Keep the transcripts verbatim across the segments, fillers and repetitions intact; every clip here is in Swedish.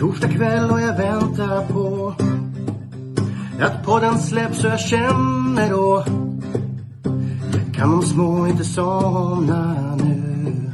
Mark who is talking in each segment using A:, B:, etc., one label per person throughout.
A: Torsdag kväll och jag väntar på att podden släpps så jag känner då kan de små inte somna nu.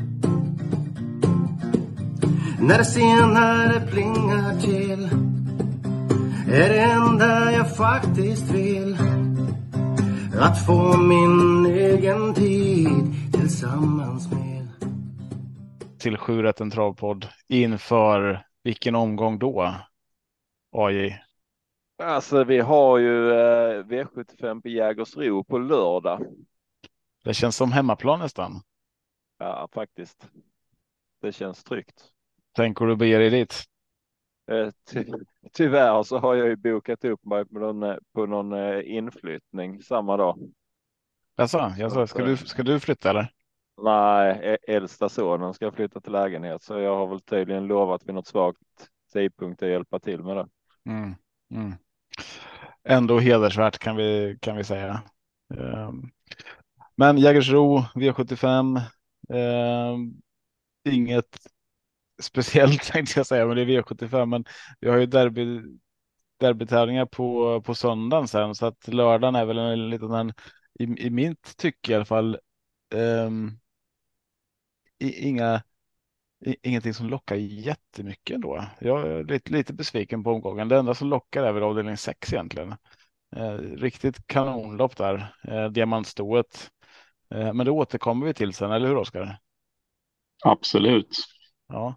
A: När det senare plingar till är det enda jag faktiskt vill att få min egen tid tillsammans med.
B: Till Sju rätt en travpodd inför vilken omgång då, A J?
C: Alltså vi har ju eh, V sjuttiofem på Jägersro på lördag.
B: Det känns som hemmaplan nästan.
C: Ja, faktiskt. Det känns tryggt.
B: Tänker du bege dig dit?
C: Eh, ty- tyvärr så har jag ju bokat upp mig på någon, eh, på någon eh, inflyttning samma dag.
B: Alltså, jag sa, ska, du, ska du flytta eller?
C: Nej, ä- äldsta sonen ska flytta till lägenhet, så jag har väl tydligen lovat vid något svagt tidpunkt att hjälpa till med det.
B: Mm, mm. Ändå hedersvärt kan vi, kan vi säga. Um, men Jägersro, V sjuttiofem, um, inget speciellt tänkte jag säga, men det är V sjuttiofem. Men vi har ju derby, derbytävlingar på, på söndagen sen, så att lördagen är väl en liten, en, i, i mitt tycke i alla fall, um, i, inga ingenting som lockar jättemycket ändå. Jag är lite, lite besviken på omgången. Det enda som lockar är väl avdelning sex egentligen. Eh, riktigt kanonlopp där. Eh, diamantstoet. Eh, men det återkommer vi till sen, eller hur Oskar?
D: Absolut.
B: Ja.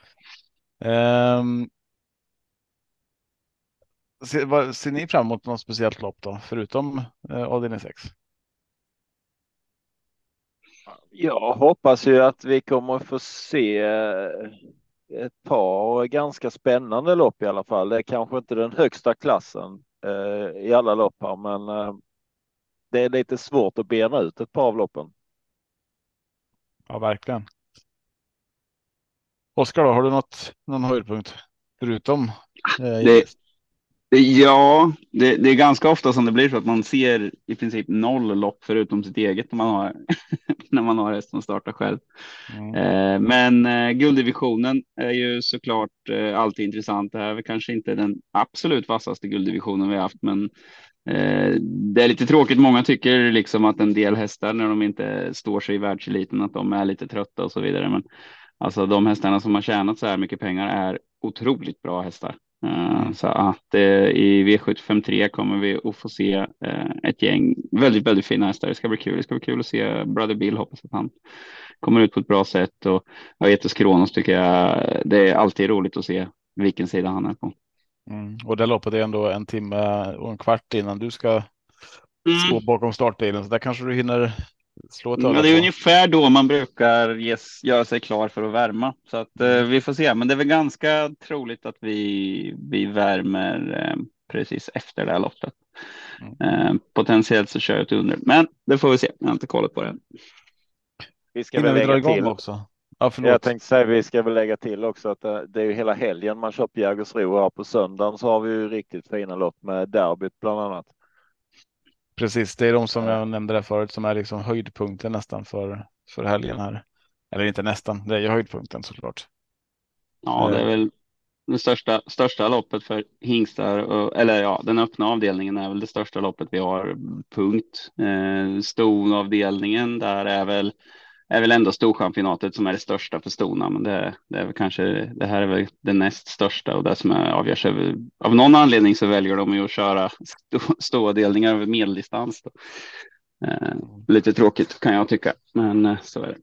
B: Ehm, ser, vad, ser ni fram emot något speciellt lopp då, förutom eh, avdelning sex?
C: Jag hoppas ju att vi kommer att få se ett par ganska spännande lopp i alla fall. Det är kanske inte den högsta klassen eh, i alla lopp här, men eh, det är lite svårt att bena ut ett par av loppen.
B: Ja, verkligen. Oskar då, har du något, någon höjdpunkt förutom eh,
D: Det, det, ja, det, det är ganska ofta som det blir så att man ser i princip noll lopp förutom sitt eget när man har, när man har hästen starta själv.
B: Mm.
D: Eh, men eh, gulddivisionen är ju såklart eh, alltid intressant. Det här är väl kanske inte den absolut vassaste gulddivisionen vi har haft, men eh, det är lite tråkigt. Många tycker liksom att en del hästar när de inte står sig i världseliten att de är lite trötta och så vidare. Men alltså de hästarna som har tjänat så här mycket pengar är otroligt bra hästar. Uh,
B: Mm.
D: Så att uh, i V sjuttiofem tre kommer vi att få se uh, ett gäng väldigt, väldigt fina hästar. Det ska bli kul. Det ska bli kul att se Brother Bill. Hoppas att han kommer ut på ett bra sätt. Och Aetos Kronos tycker jag det är alltid roligt att se vilken sida han är på.
B: Mm. Och det loppet är ändå en timme och en kvart innan du ska
D: Mm.
B: stå bakom startbilen. Så där kanske du hinner slå ett öga
D: Ja, det är
B: på.
D: ungefär då man brukar ges, göra sig klar för att värma. Så att eh, vi får se. Men det är väl ganska troligt att vi, vi värmer eh, precis efter det här loppet.
B: Mm.
D: Eh, potentiellt så kör jag ett under. Men det får vi se. Jag har inte kollat på det.
C: Vi ska
B: Innan
C: väl
B: vi drar
C: lägga
B: igång
C: till.
B: också. Ja, förlåt.
C: Jag tänkte säga vi ska väl lägga till också att det, det är ju hela helgen man köper Jägersro här. På söndagen så har vi ju riktigt fina lopp med derbyt bland annat.
B: Precis, det är de som jag nämnde där förut som är liksom höjdpunkten nästan för, för helgen här. Eller inte nästan, det är ju höjdpunkten såklart.
D: Ja, det är väl det största, största loppet för hingstar. Och, eller ja, den öppna avdelningen är väl det största loppet vi har. Punkt. Eh, Stonavdelningen, där är väl är väl ändå Storchampionatet som är det största för stona, men det, det är väl kanske det här är väl det näst största och det som är avgörs över, av någon anledning så väljer de ju att köra stå, ståavdelningar över medeldistans då. Eh, lite tråkigt kan jag tycka, men eh, så är det.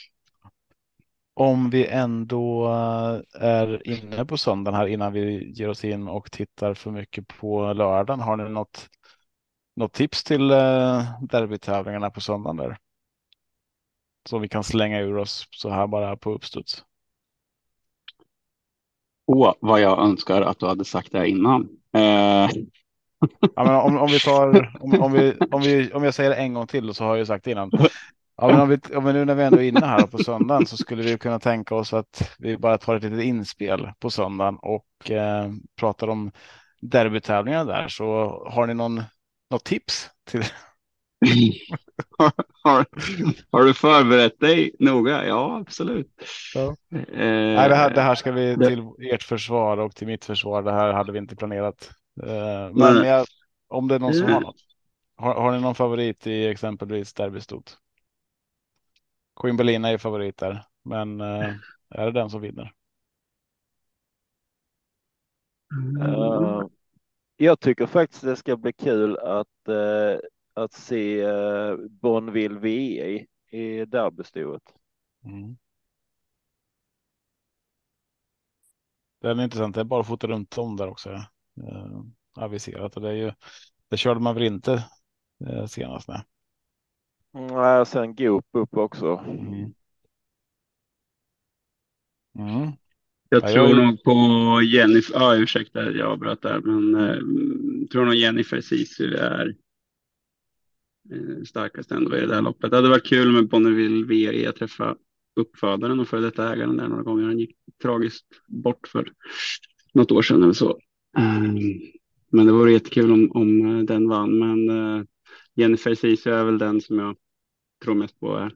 B: Om vi ändå är inne på söndagen här innan vi ger oss in och tittar för mycket på lördagen, har ni något, något tips till derbytävlingarna på söndagen där? Som vi kan slänga ur oss så här bara på uppstuds.
D: Åh, vad jag önskar att du hade sagt det här innan. Eh.
B: Ja, men om, om vi tar om, om vi om vi om jag säger det en gång till så har jag sagt innan. Ja, men om vi, om vi nu när vi ändå är inne här på söndagen så skulle vi kunna tänka oss att vi bara tar ett litet inspel på söndagen och eh, pratar om derbytävlingarna där. Så har ni någon något tips till
D: har, har, har du förberett dig noga? Ja, absolut.
B: Ja.
D: Eh,
B: Nej, det här, det här ska vi
D: det,
B: till ert försvar och till mitt försvar. Det här hade vi inte planerat. Eh, men
D: nej.
B: jag, om det är någon som har
D: Mm.
B: något. Har, har ni någon favorit i exempelvis derbystot? Queen Belina är favorit där, men eh, är det den som vinner?
C: Eh, jag tycker faktiskt det ska bli kul att, eh, att se eh, Bonville V I i derbystoet.
B: Mm. Det är intressant. Det är bara att fota runt om där också. Eh, aviserat och det är ju. Det körde man väl inte eh, senast. Nej.
C: Mm, sen Goop upp också.
B: Mm. Mm.
D: Jag
B: Ja, jag är
D: tror
B: ju.
D: nog på Jennifer, ja ursäkta jag avbröt där, men eh, tror nog Jennifer Sisu är eh, starkast ändå i det här loppet. Det hade varit kul med Bonneville V E att träffa uppfödaren och före detta ägaren där några gånger. Han gick tragiskt bort för något år sedan eller så. Mm. Men det vore jättekul om, om eh, den vann, men eh, Jennifer Sisu är väl den som jag tror mest på är.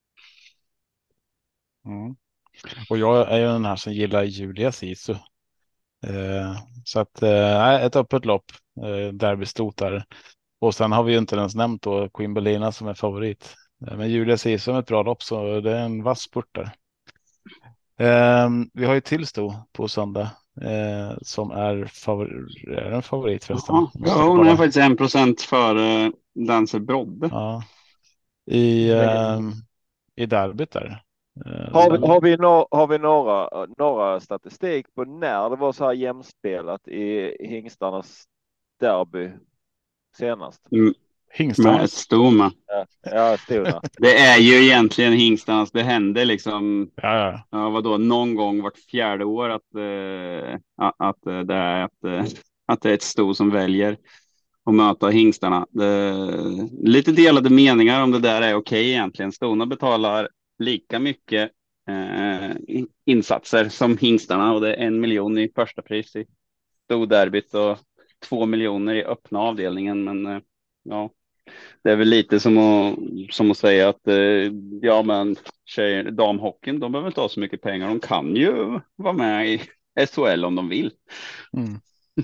B: Mm. Och jag är ju den här som gillar Julia Sisu. Eh, så att eh, ett öppet lopp eh, derbystot där. Och sen har vi ju inte ens nämnt då Queen Belina som är favorit. Eh, men Julia Sisu är ett bra lopp så det är en vass spurt där. Eh, vi har ju till sto på söndag eh, som är, favor- är en favorit förresten.
D: Ja, ja, hon är faktiskt en procent före Dancer Brodde.
B: Ja. I, eh, i derbyt där. Eh,
C: Har vi,
B: den-
C: har vi, no, har vi några, några statistik på när det var så här jämspelat i hingstarnas derby senast?
D: Mm, med ett
B: Hingstarnas.
D: sto med.
C: Ja, ja stona.
D: Det är ju egentligen hingstarnas. Det händer liksom,
B: Ja, ja.
D: ja, vadå, någon gång vart fjärde år att, eh, att, att det är att, eh, att det är ett sto som väljer att möta hingstarna. Det, lite delade meningar om det där är okej egentligen. Stona betalar lika mycket eh, insatser som hingstarna och det är en miljon i första pris i stoderbyt och två miljoner i öppna avdelningen. Men eh, ja, det är väl lite som att, som att säga att eh, ja, men tjejer, damhockeyn, de behöver inte ha så mycket pengar. De kan ju vara med i S H L om de vill.
B: Mm.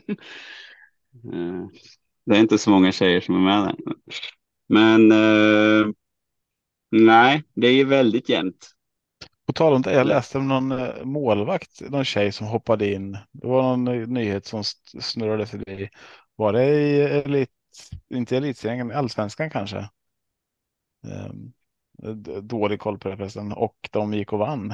D: Eh, det är inte så många tjejer som är med där. Men eh, nej, det är ju väldigt jämnt.
B: På tal om det, jag läste om någon eh, målvakt, någon tjej som hoppade in. Det var någon eh, nyhet som st- snurrade förbi. Var det i elit, inte elitserien, allsvenskan kanske? Ehm, d- dålig koll på det förresten. Och de gick och vann.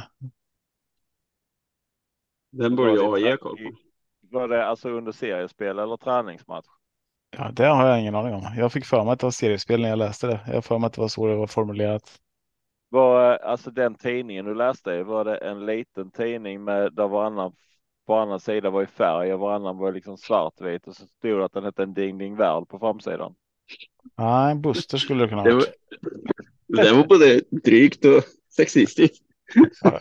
D: Den borde
C: Var
D: jag
C: det,
D: ge koll på.
C: var det alltså under seriespel eller träningsmatch?
B: Ja, det har jag ingen aning om. Jag fick för mig att det var seriespel när jag läste det. Jag har för mig att det var så det var formulerat.
C: Var, alltså den tidningen du läste i, var det en liten tidning med där varannan, varannan sida var i färg och varannan var liksom svartvit och så stod det att den hette en Ding Ding Värld på framsidan?
B: Nej, en Buster skulle det kunna ha
D: Det var,
B: varit.
D: det var både drygt och sexistiskt.
B: Ja.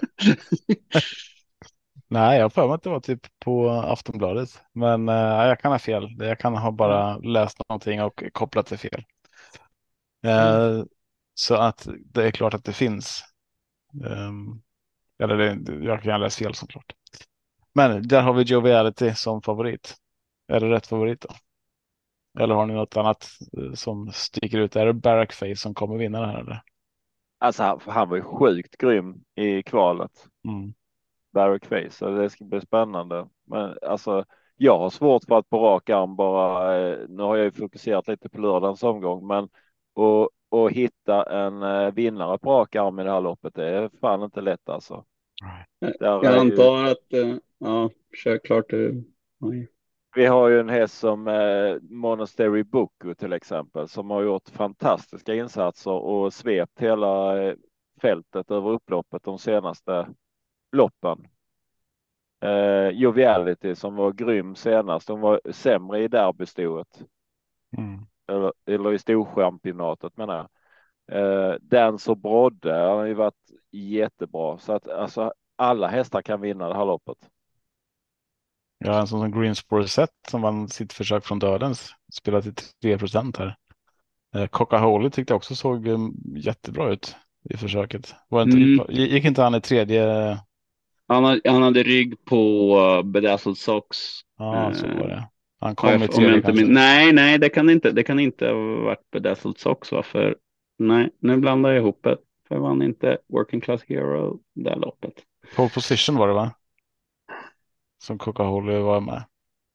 B: Nej, jag har för mig att det var typ på Aftonbladet. Men eh, jag kan ha fel. Jag kan ha bara läst någonting och kopplat det fel. Eh, så att det är klart att det finns. Um, eller det, jag kan ha läst fel såklart. Men där har vi Joviality som favorit. Är det rätt favorit då? Eller har ni något annat eh, som sticker ut? Är det Barrackface som kommer vinna det här? Eller?
C: Alltså han, han var ju sjukt grym i kvalet.
B: Mm.
C: Barrack Face, så det ska bli spännande. Men alltså, jag har svårt för att på rak arm bara, eh, nu har jag ju fokuserat lite på lördagens omgång, men och, och hitta en eh, vinnare på rak arm i det här loppet, det är fan inte lätt alltså. Där
D: Jag
C: är ju,
D: antar att, eh, ja, kör klart du. Oj.
C: vi har ju en häst som eh, Monastery Buku till exempel, som har gjort fantastiska insatser och svept hela eh, fältet över upploppet de senaste loppen. Eh, Joviality som var grym senast. De var sämre i derbystoet.
B: Mm.
C: Eller, eller i storchampionatet menar jag. Eh, Dance och Brodde har ju varit jättebra. Så att alltså alla hästar kan vinna det här loppet.
B: Ja, en sån som Greenspore Set som vann sitt försök från dödens. Spelat till tre procent här. Eh, Coca-Cola tyckte jag också såg um, jättebra ut i försöket. Var inte,
D: Mm.
B: gick inte han i tredje?
D: Han, hade, han hade rygg på uh, Bedazzled Socks.
B: Ja, så
D: Uh,
B: var det. Han
D: Ja,
B: kom i
D: jag- om jag
B: tredje
D: inte
B: kanske.
D: min... Nej, nej, det kan inte, det kan inte ha varit Bedazzled Socks, va? För nej, nu blandar jag ihop det. För vann inte Working Class Hero det här loppet.
B: Pole position var det, va? Som Coca-Cola var med.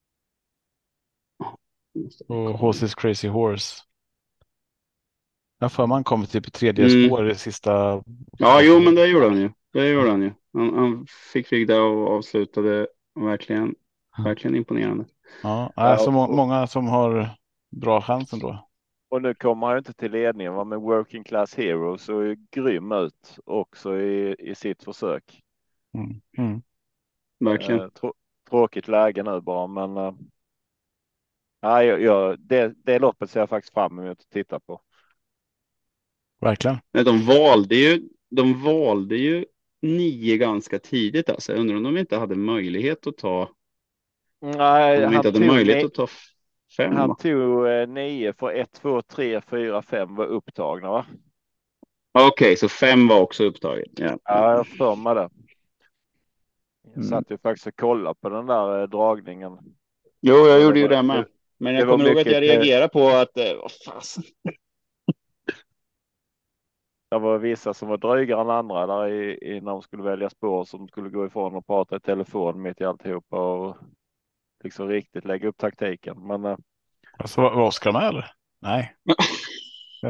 B: Och Horses Crazy Horse. Jag för man kom typ i tredje
D: Mm.
B: spår i sista.
D: Ja, jo, men det gjorde han ju. Det gjorde han ju. Han, han fick rygg och avslutade verkligen, verkligen imponerande.
B: Ja,
C: Ja,
B: alltså må-
C: och,
B: många som har bra chans ändå.
C: och nu kommer han ju inte till ledningen, va? Men Working Class Hero så är grym ut också i, i sitt försök.
B: Mm. Mm.
D: Verkligen.
C: Eh, trå- tråkigt läge nu bara, men eh, nej, jag, jag, det, det loppet ser jag faktiskt fram emot att titta på.
B: Verkligen.
D: Nej, de valde ju, de valde ju nio ganska tidigt. Alltså. Jag undrar om de inte hade möjlighet att ta,
C: Nej,
D: om de
C: han
D: inte hade
C: tog,
D: möjlighet
C: ni,
D: att ta fem.
C: han
D: Va?
C: tog eh, nio för ett, två, tre, fyra, fem var upptagna, va?
D: Okej, så fem var också upptaget. Ja,
C: Ja,
D: ja.
C: jag har för mig det. Jag
D: Mm.
C: satt ju faktiskt och kollade på den där eh, dragningen.
D: Jo, jag
C: Och det
D: gjorde ju
C: var,
D: det med.
C: det,
D: Men
C: det
D: jag
C: var
D: kommer ihåg att
C: mycket,
D: jag
C: eh,
D: reagerade på att, eh, vad fasen.
C: det var vissa som var drygare än andra där i, i när de skulle välja spår, som skulle gå ifrån och prata i telefon mitt i alltihopa och liksom riktigt lägga upp taktiken. Men eh,
B: Alltså, var var Oskar med eller? Nej. Ja.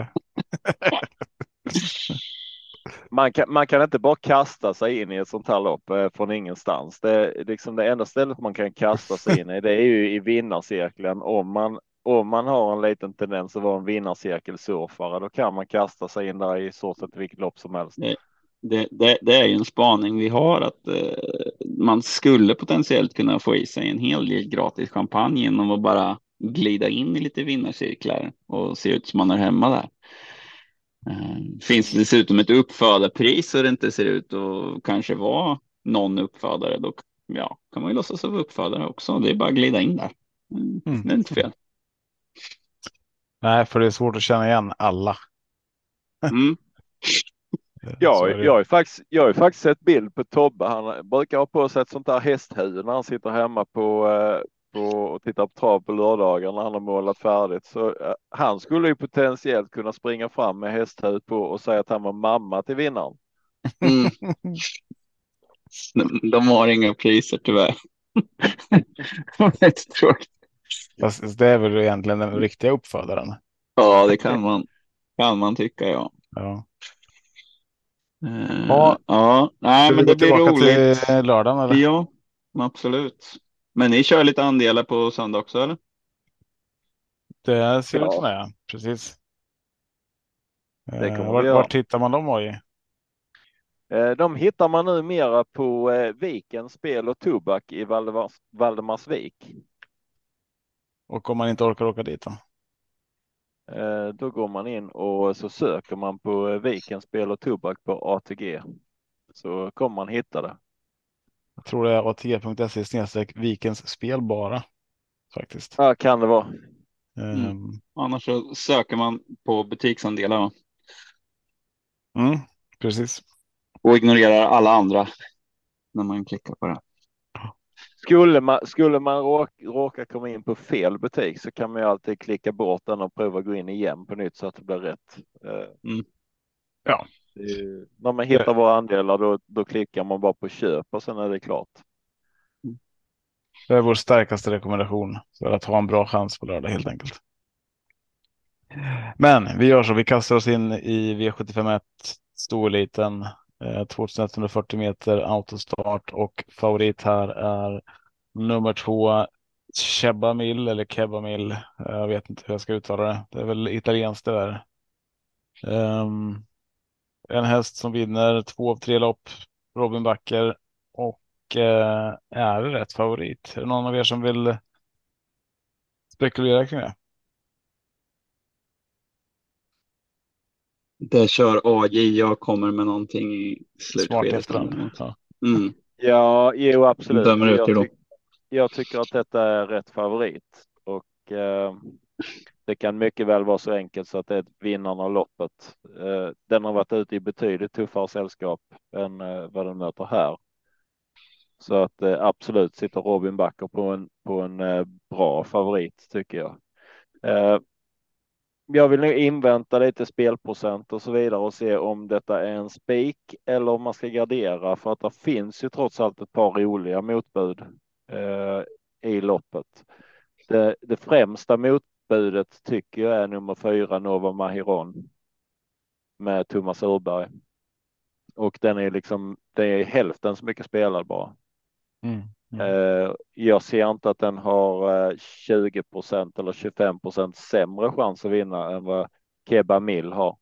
C: man kan, man kan inte bara kasta sig in i ett sånt här lopp eh, från ingenstans. Det är liksom det enda stället man kan kasta sig in i, det är ju i vinnarcirkeln. Om man, om man har en liten tendens att vara en vinnarcirkelsurfare, då kan man kasta sig in där i så sätt vilket lopp som helst.
D: Det, det, det, det är ju en spaning vi har att eh, man skulle potentiellt kunna få i sig en hel del gratis champagne genom att bara glida in i lite vinnarcirklar och se ut som man är hemma där. Eh, finns det dessutom ett uppfödarpris så det inte ser ut att kanske vara någon uppfödare, då ja, kan man ju låtsas vara uppfödare också. Det är bara att glida in där. Mm,
B: Mm.
D: Det är inte fel.
B: Nej, för det är svårt att känna igen alla.
D: Mm.
B: Så
C: Ja,
B: är det.
C: jag har ju faktiskt, jag har ju faktiskt sett bild på Tobbe. Han brukar ha på sig ett sånt där hästhuvud när han sitter hemma på, eh, på och tittar på trav på lördagar när han har målat färdigt. Så eh, han skulle ju potentiellt kunna springa fram med hästhuvud på och säga att han var mamma till vinnaren.
D: Mm. De, de har inga priser tyvärr. Det är tråkigt.
B: Fast det är väl egentligen den riktiga uppfödaren.
D: Ja, det kan man, kan man tycka, ja.
B: Ja.
D: Eh,
B: Ja,
D: ja, nej,
B: ska vi
D: men
B: gå
D: det blir
B: tillbaka
D: roligt.
B: till lördagen eller?
D: Ja, absolut. Men ni kör lite andelar på söndag också, eller?
B: Det ser ut som
C: Ja,
B: det, ja. Precis.
C: det
B: Eh,
C: kommer vi
B: vart,
C: göra.
B: vart hittar man dem i?
C: Eh, De hittar man numera på eh, Vikens spel och tobak i Valdemars, Valdemarsvik.
B: Och om man inte orkar åka dit då?
C: Eh, Då går man in och så söker man på eh, Vikens spel och tobak på A T G. Så kommer man hitta det.
B: Jag tror det är at.se snedstreck Vikens spel bara. Faktiskt.
C: Ja, kan det vara.
D: Mm.
B: Um,
D: Annars så söker man på butiksandelar, va?
B: mm, precis.
D: Och ignorerar alla andra när man klickar på det.
C: Skulle man, skulle man råka, råka komma in på fel butik så kan man ju alltid klicka bort den och pröva gå in igen på nytt så att det blir rätt. Eh,
D: Mm.
B: Ja.
C: det- När man hittar våra andelar då, då klickar man bara på köp och sen är det klart.
B: Det är vår starkaste rekommendation för att ha en bra chans på lördag helt enkelt. Men vi gör så, vi kastar oss in i V sjuttiofem ett storeliten eh, tjugoett fyrtio meter autostart och favorit här är nummer två Chebamil eller Kebamil. Jag vet inte hur jag ska uttala det. Det är väl italienskt det där. Um, en häst som vinner två av tre lopp, Robin Backer, och uh, är det rätt favorit? Är det någon av er som vill spekulera kring det?
D: Det kör A J. Jag kommer med någonting i
B: Smart
D: slutskedet.
B: efterhand. Ja.
D: Mm.
C: Ja, jo absolut.
D: Dömer ut
C: Jag,
D: er då.
C: tyck, jag tycker att detta är rätt favorit och eh, det kan mycket väl vara så enkelt så att det är vinnaren av loppet. Eh, den har varit ute i betydligt tuffare sällskap än eh, vad den möter här. Så att eh, absolut sitter Robin Backer på en, på en eh, bra favorit tycker jag. Eh, jag vill nu invänta lite spelprocent och så vidare och se om detta är en spik eller om man ska gardera, för att det finns ju trots allt ett par roliga motbud eh, i loppet. Det, det främsta motbudet tycker jag är nummer fyra Nova Mahiron med Thomas Urberg. Och den är liksom, det är hälften så mycket spelad bara.
B: Mm. Mm.
C: Eh, jag ser inte att den har eh, tjugo procent eller tjugofem procent sämre chans att vinna än vad Keba Mill har.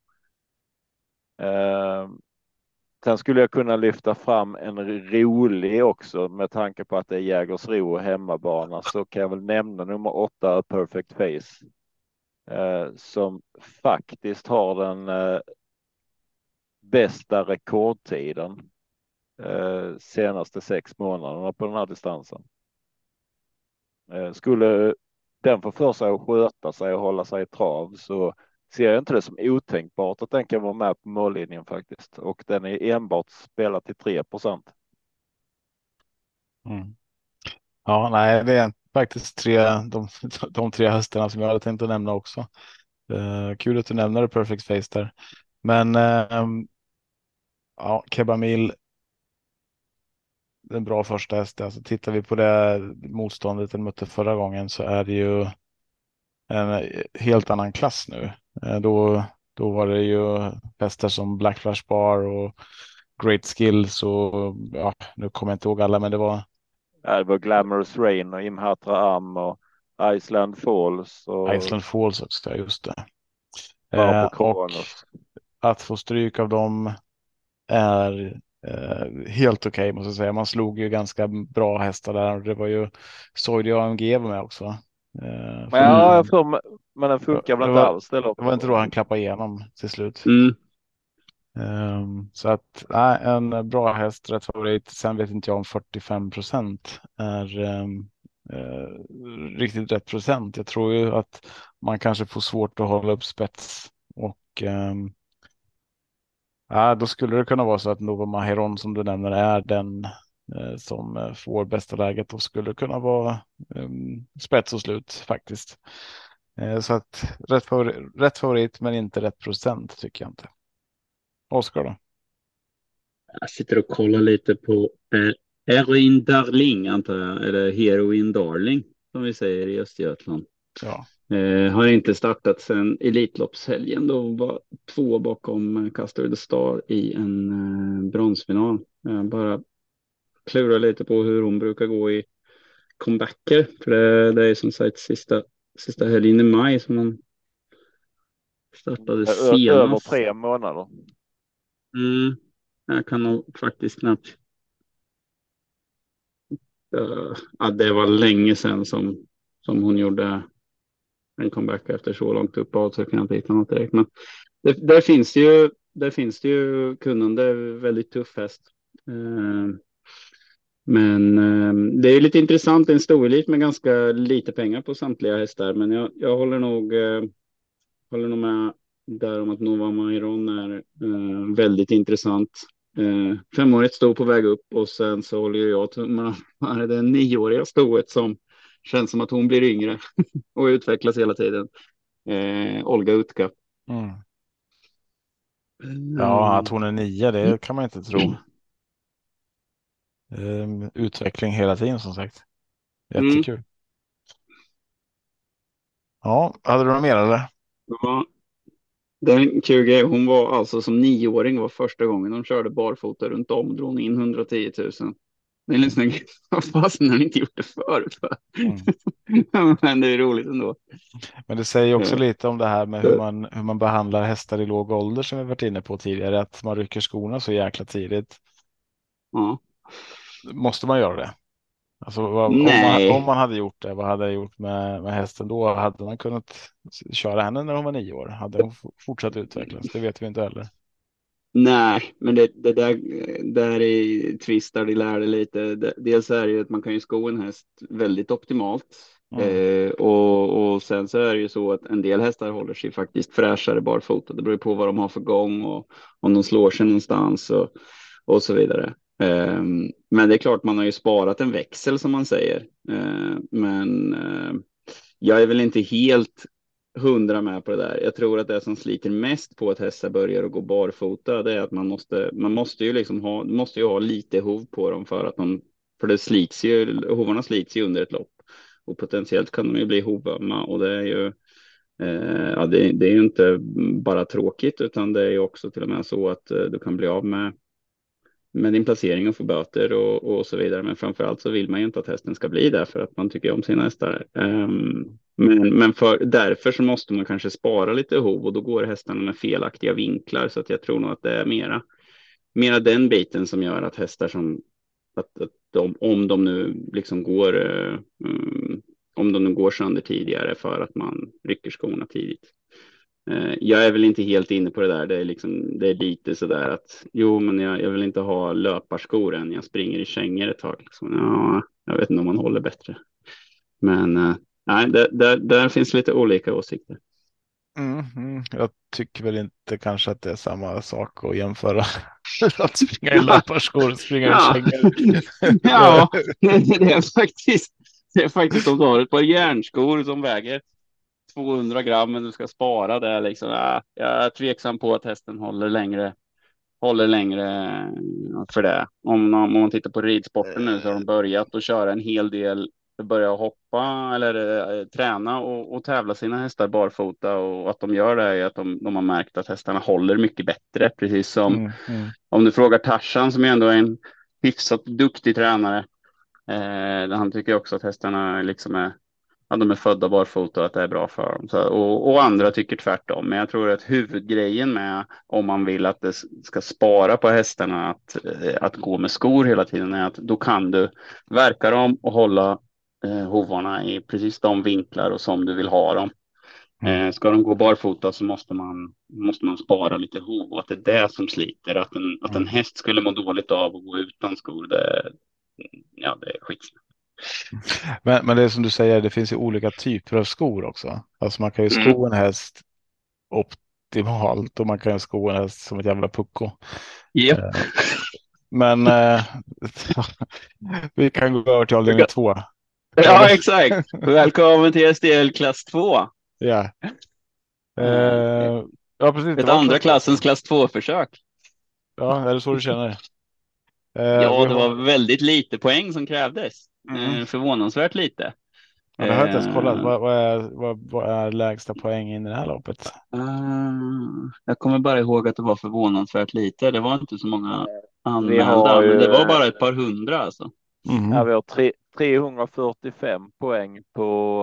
C: Eh, sen skulle jag kunna lyfta fram en rolig också med tanke på att det är Jägersro och hemmabana, så kan jag väl nämna nummer åtta Perfect Face eh, som faktiskt har den eh, bästa rekordtiden eh, senaste sex månaderna på den här distansen. Eh, skulle den få för sig att sköta sig och hålla sig i trav så ser jag inte det som otänkbart att den kan vara med på mållinjen faktiskt. Och den är enbart spelad till tre procent.
B: Mm. Ja, nej, det är faktiskt tre, de, de tre hästarna som jag hade tänkt att nämna också. Uh, kul att du nämner Perfect Face där. Men uh, ja, Kebamil, en bra första häst. Alltså, tittar vi på det motståndet den mötte förra gången så är det ju en helt annan klass nu. Uh, då, då var det ju hästar som Black Flash Bar och Great Skills och ja, nu kommer jag inte ihåg alla, men det var
C: Det var Glamorous Rain och Imhatra Am och Iceland Falls. Och
B: Iceland Falls också, just det.
C: eh,
B: och att få stryk av dem är eh, helt okej, okay, måste jag säga. Man slog ju ganska bra hästar där. Det var ju Soidi A M G var med också. Eh,
C: ja, jag får, men den funkar väl inte
B: var,
C: alls. Det,
B: det var inte då han klappade igenom till slut.
D: Mm.
B: Um, så att nej, en bra häst, rätt favorit. Sen vet inte jag om fyrtiofem procent är um, uh, riktigt rätt procent. Jag tror ju att man kanske får svårt att hålla upp spets och um, ja, då skulle det kunna vara så att Nova Mahiron som du nämner är den uh, som får bästa läget och skulle kunna vara um, spets och slut faktiskt. Uh, så att rätt favorit, rätt favorit men inte rätt procent tycker jag inte. Oskar då?
D: Jag sitter och kollar lite på eh, Erin Darling antar jag, eller Heroin Darling som vi säger i Östergötland.
B: Ja.
D: Eh, har inte startat sedan Elitloppshelgen då, var två bakom Castor the Star i en eh, bronsfinal. Jag bara klurar lite på hur hon brukar gå i comebacker, för det, det är som sagt sista, sista helgen i maj som man startade senast.
C: Över tre månader.
D: Mm, jag kan nog faktiskt knappt. Uh, ja, det var länge sedan som, som hon gjorde en comeback efter så långt uppåt, så jag kan inte hitta något direkt. Men det, där, finns det ju, där finns det ju kunnande, väldigt tuff häst. Uh, men uh, det är lite intressant, en storelit med ganska lite pengar på samtliga hästar. Men jag, jag håller nog uh, håller nog med där om att Nova Mahiron är uh, väldigt intressant. Uh, femårigt stod på väg upp och sen så håller jag tummarna för det nioåriga stoet som känns som att hon blir yngre och utvecklas hela tiden. Uh, Olga Utka.
B: Mm. Ja, att hon är nio, det kan man inte tro. Um, utveckling hela tiden som sagt. Jättekul. Mm. Ja, hade du något mer eller?
D: Ja. Den kul grej, hon var alltså som nioåring var första gången hon körde barfota runt om, drog in hundratio tusen. Det är liksom fast när han inte gjort det förut. Mm. Men det är roligt ändå.
B: Men det säger också ja. lite om det här med hur man, hur man behandlar hästar i låg ålder som vi varit inne på tidigare. Att man rycker skorna så jäkla tidigt.
D: Ja.
B: Måste man göra det? Alltså, vad, om, man, om man hade gjort det, vad hade jag gjort med, med hästen då? Hade man kunnat köra henne när hon var nio år? Hade hon fortsatt utvecklas? Det vet vi inte heller.
D: Nej, men det, det där, där är tvistar, det lärde lite. Dels är det ju att man kan ju sko en häst väldigt optimalt. Mm. Eh, och, och sen så är det ju så att en del hästar håller sig faktiskt fräschare barfota. Det beror ju på vad de har för gång och om de slår sig någonstans och, och så vidare. Eh, men det är klart, man har ju sparat en växel som man säger. Eh, men eh, jag är väl inte helt hundra med på det där. Jag tror att det som sliter mest på att hästar börjar att gå barfota, det är att man måste, man måste ju liksom ha, måste ju ha lite hov på dem för att de, för det slits ju, hovarna slits ju under ett lopp och potentiellt kan de ju bli hovömma och det är ju, eh, ja, det, det är ju inte bara tråkigt utan det är ju också till och med så att eh, du kan bli av med med din placering och få böter och, och så vidare. Men framförallt så vill man ju inte att hästen ska bli där för att man tycker om sina hästar. Um, men men för, därför så måste man kanske spara lite hov och då går hästarna med felaktiga vinklar. Så att jag tror nog att det är mera, mera den biten som gör att hästar som, att, att de, om de nu liksom går, um, om de nu går sönder tidigare för att man rycker skorna tidigt. Jag är väl inte helt inne på det där. Det är, liksom, det är lite sådär att jo, men jag, jag vill inte ha löparskor än jag springer i kängor ett tag. Liksom. Ja, jag vet inte om man håller bättre. Men äh, nej, där, där, där finns lite olika åsikter.
B: Mm, mm. Jag tycker väl inte kanske att det är samma sak att jämföra att springa i löparskor och springa
D: ja.
B: i kängor.
D: Ja, det är faktiskt, det är faktiskt om du har ett par järnskor som väger tvåhundra gram men du ska spara det liksom. Ja, jag är tveksam på att hästen håller längre håller längre för det. Om, om man tittar på ridsporten nu så har de börjat att köra en hel del, börja hoppa eller äh, träna och, och tävla sina hästar barfota och att de gör det är att de, de har märkt att hästarna håller mycket bättre, precis som
B: Mm, mm.
D: om du frågar Tarzan som är ändå en hyfsat duktig tränare. Eh, han tycker också att hästarna liksom är att de är födda barfota och att det är bra för dem. Så, och, och andra tycker tvärtom. Men jag tror att huvudgrejen med om man vill att det ska spara på hästarna att, att gå med skor hela tiden är att då kan du verka dem och hålla eh, hovarna i precis de vinklar och som du vill ha dem. Mm. Eh, ska de gå barfota så måste man, måste man spara lite hov och att det är det som sliter. Att en, att en häst skulle må dåligt av att gå utan skor, det, ja, det är skitsnack.
B: Men, men det är som du säger, det finns ju olika typer av skor också. Alltså man kan ju sko
D: Mm.
B: en häst optimalt och man kan ju sko en häst som ett jävla pucko.
D: Yep.
B: Eh, men eh, vi kan gå över till avdelning två.
D: Ja, exakt. Välkommen till S D L klass två.
B: Ja. Eh, ja, precis.
D: Ett andra klassens klass två-försök.
B: Ja, är det så du känner? Eh,
D: ja, det
B: har...
D: var väldigt lite poäng som krävdes. Mm. Eh, förvånansvärt lite.
B: Ja, det har jag inte ens kollat. Vad, vad, är, vad, vad är lägsta poäng i det här loppet?
D: Uh, jag kommer bara ihåg att det var förvånansvärt lite. Det var inte så många
C: anmälda,
D: ju... men det var bara ett par hundra alltså.
B: Mm.
C: Ja, vi har tre, trehundrafyrtiofem poäng på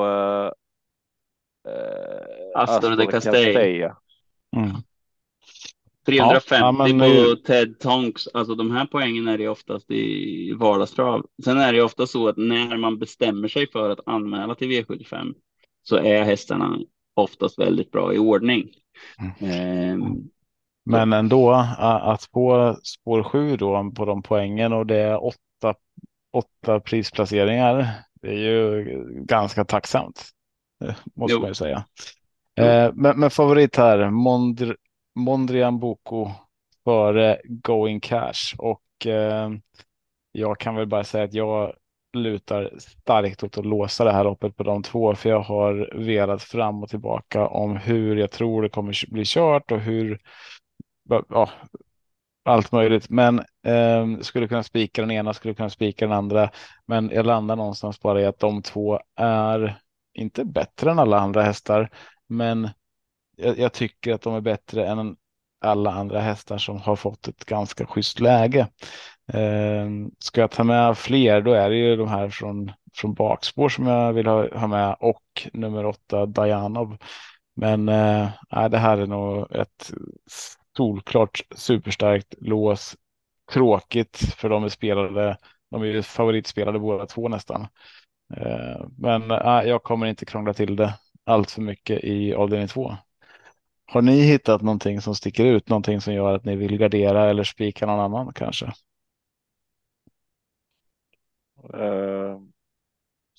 C: uh,
D: Astor de Castella.
B: Mm.
D: trehundrafemtio
B: ja, men...
D: på Ted Tonks. Alltså de här poängen är det oftast i vardagstrav. Sen är det ofta så att när man bestämmer sig för att anmäla till V sjuttiofem så är hästarna oftast väldigt bra i ordning.
B: Mm.
D: Eh,
B: men ändå att på spår sju då på de poängen och det är åtta, åtta prisplaceringar. Det är ju ganska tacksamt. Måste jo. man ju säga. Eh, men, men favorit här, Mondr Mondrian Boko för Going Cash och eh, jag kan väl bara säga att jag lutar starkt åt att låsa det här loppet på de två för jag har velat fram och tillbaka om hur jag tror det kommer bli kört och hur ja, allt möjligt men eh, skulle kunna spika den ena, skulle kunna spika den andra men jag landar någonstans bara i att de två är inte bättre än alla andra hästar men jag, jag tycker att de är bättre än alla andra hästar som har fått ett ganska schysst läge. Eh, ska jag ta med fler då är det ju de här från, från bakspår som jag vill ha, ha med och nummer åtta Dajanov. Men eh, det här är nog ett solklart superstarkt lås. Tråkigt för de är spelade, de är ju favoritspelade båda två nästan. Eh, men eh, jag kommer inte krångla till det allt för mycket i avdelning två. Har ni hittat någonting som sticker ut? Någonting som gör att ni vill gardera eller spika någon annan kanske?
C: Uh,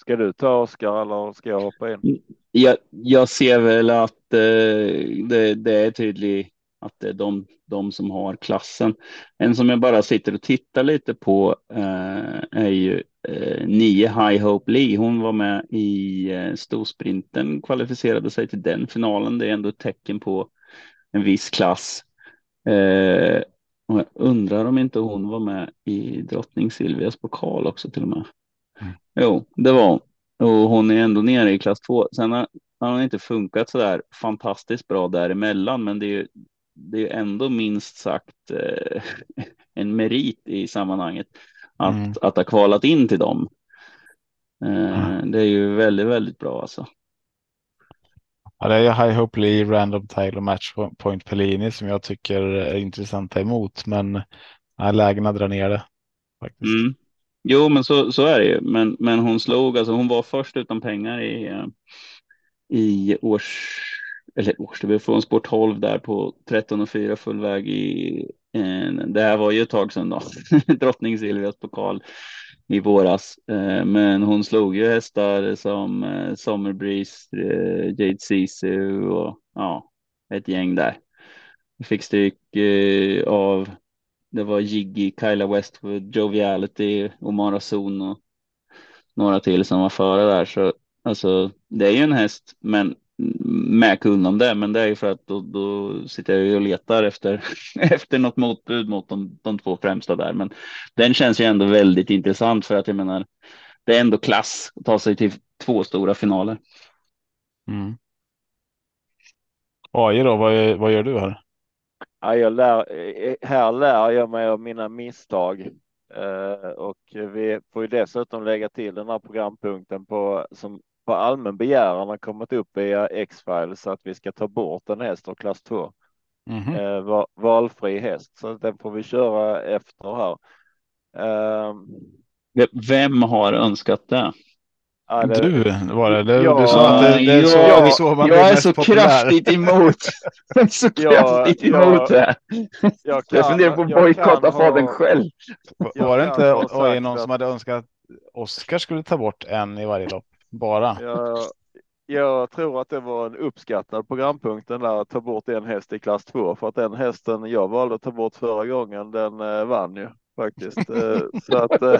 C: Ska du ta Oskar eller ska jag hoppa in?
D: Jag, jag ser väl att eh, det, det är tydligt att det är de, de som har klassen. En som jag bara sitter och tittar lite på eh, är ju eh, nio High Hope Lee. Hon var med i eh, storsprinten, kvalificerade sig till den finalen. Det är ändå ett tecken på en viss klass. Eh, och jag undrar om inte hon var med i drottning Silvias pokal också till och med.
B: Mm.
D: Jo, det var hon. Och hon är ändå nere i klass två. Sen har, har hon inte funkat så där fantastiskt bra däremellan, men det är ju, det är ju ändå minst sagt eh, en merit i sammanhanget att,
B: Mm.
D: att ha kvalat in till dem. Eh,
B: Mm.
D: det är ju väldigt, väldigt bra alltså.
B: Ja, det är High Hope Lee, Random Tile och Match Point Pellini som jag tycker är intressanta emot, men ja, lägena drar ner det faktiskt.
D: Mm. Jo, men så, så är det ju. Men, men hon slog, alltså hon var först utan pengar i, eh, i års, eller årsdebut från sport tolv där på tretton och fyra full väg i, eh, det här var ju ett tag sedan då, drottning Silvias pokal i våras. Eh, men hon slog ju hästar som eh, Summer Breeze, eh, Jade Sisu och ja, ett gäng där. Vi fick stryk eh, av, det var Jiggy, Kyla Westwood, Joviality, Omara Zon och några till som var före där. Så alltså, det är ju en häst, men med kull om det, men det är ju för att då, då sitter jag ju och letar efter, efter något motbud mot de, de två främsta där. Men den känns ju ändå väldigt intressant för att jag menar, det är ändå klass att ta sig till två stora finaler.
B: Mm. A J då, vad, är, vad gör du här?
C: Ja, jag lär, här lär jag mig av mina misstag. Uh, och vi får ju dessutom lägga till den här programpunkten på, som på allmän begäran har kommit upp via X-Files så att vi ska ta bort en häst av klass två.
B: Mm-hmm.
C: Uh, val, valfri häst, så den får vi köra efter här. Uh,
D: Vem har önskat det?
C: Ja, det,
B: Du var det. det
C: ja,
B: du sa att det, det är så,
D: ja,
B: det är så man
D: jag
B: blir
D: är
B: mest
D: så
B: populär.
D: kraftigt emot. Jag är så
C: Ja,
D: kraftigt
C: ja,
D: emot det.
C: Jag, kan,
D: Jag funderar på att
C: jag
D: bojkotta
C: kan
D: faden
C: ha-
D: själv.
C: jag
B: Var det
C: kan
B: inte
C: ha
B: och är
C: sagt
B: någon
C: att-
B: som hade önskat att Oskar skulle ta bort en i varje lopp? Bara.
C: Jag, jag tror att det var en uppskattad programpunkten där att ta bort en häst i klass två, för att den hästen jag valde att ta bort förra gången, den eh, vann ju faktiskt. Eh, så att eh,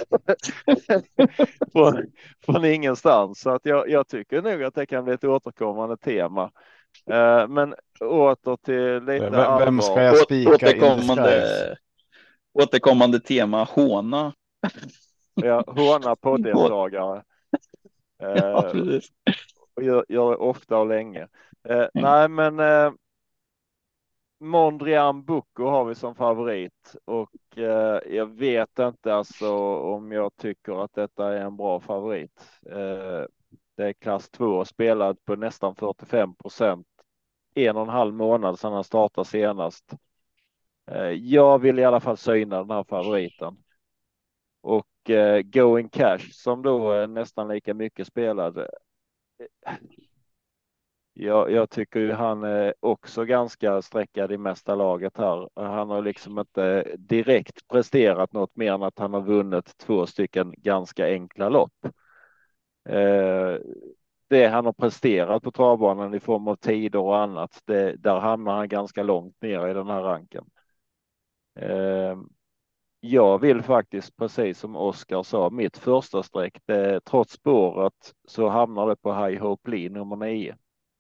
C: från, från ingenstans. Så att jag, jag tycker nog att det kan bli ett återkommande tema. Eh, men åter till lite
B: Vem,
C: allvar.
B: vem ska jag
D: Åt-
B: spika in
D: återkommande,
B: disguise?
D: återkommande tema håna.
C: Ja, håna podddeltagare.
D: Ja,
C: Eh,
D: precis.
C: och gör, gör det ofta och länge. Eh, nej, men eh, Mondrian Bocco har vi som favorit och eh, jag vet inte alltså om jag tycker att detta är en bra favorit. Eh, det är klass två, spelad på nästan fyrtiofem procent, en och en halv månad sedan han startade senast. Eh, jag vill i alla fall syna den här favoriten. Och eh, Going Cash som då är nästan lika mycket spelad. Jag, jag tycker ju han är också ganska sträckad i mesta laget här. Han har liksom inte direkt presterat något mer än att han har vunnit två stycken ganska enkla lopp. Eh, det han har presterat på travbanan i form av tider och annat, det, där hamnar han ganska långt ner i den här ranken. Eh, jag vill faktiskt, precis som Oskar sa, mitt första streck, det, trots spåret så hamnar det på High Hope Lee nummer nio.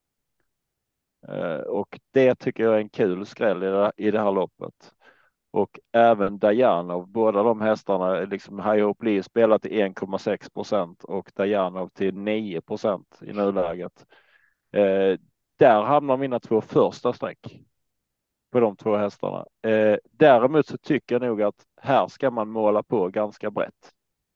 C: Och det tycker jag är en kul skräll i det, i det här loppet. Och även Dajanov, båda de hästarna, liksom High Hope Lee spelar till en komma sex procent och Dajanov till nio procent i nuläget. Eh, där hamnar mina två första streck på de två hästarna. Eh, däremot så tycker jag nog att här ska man måla på ganska brett.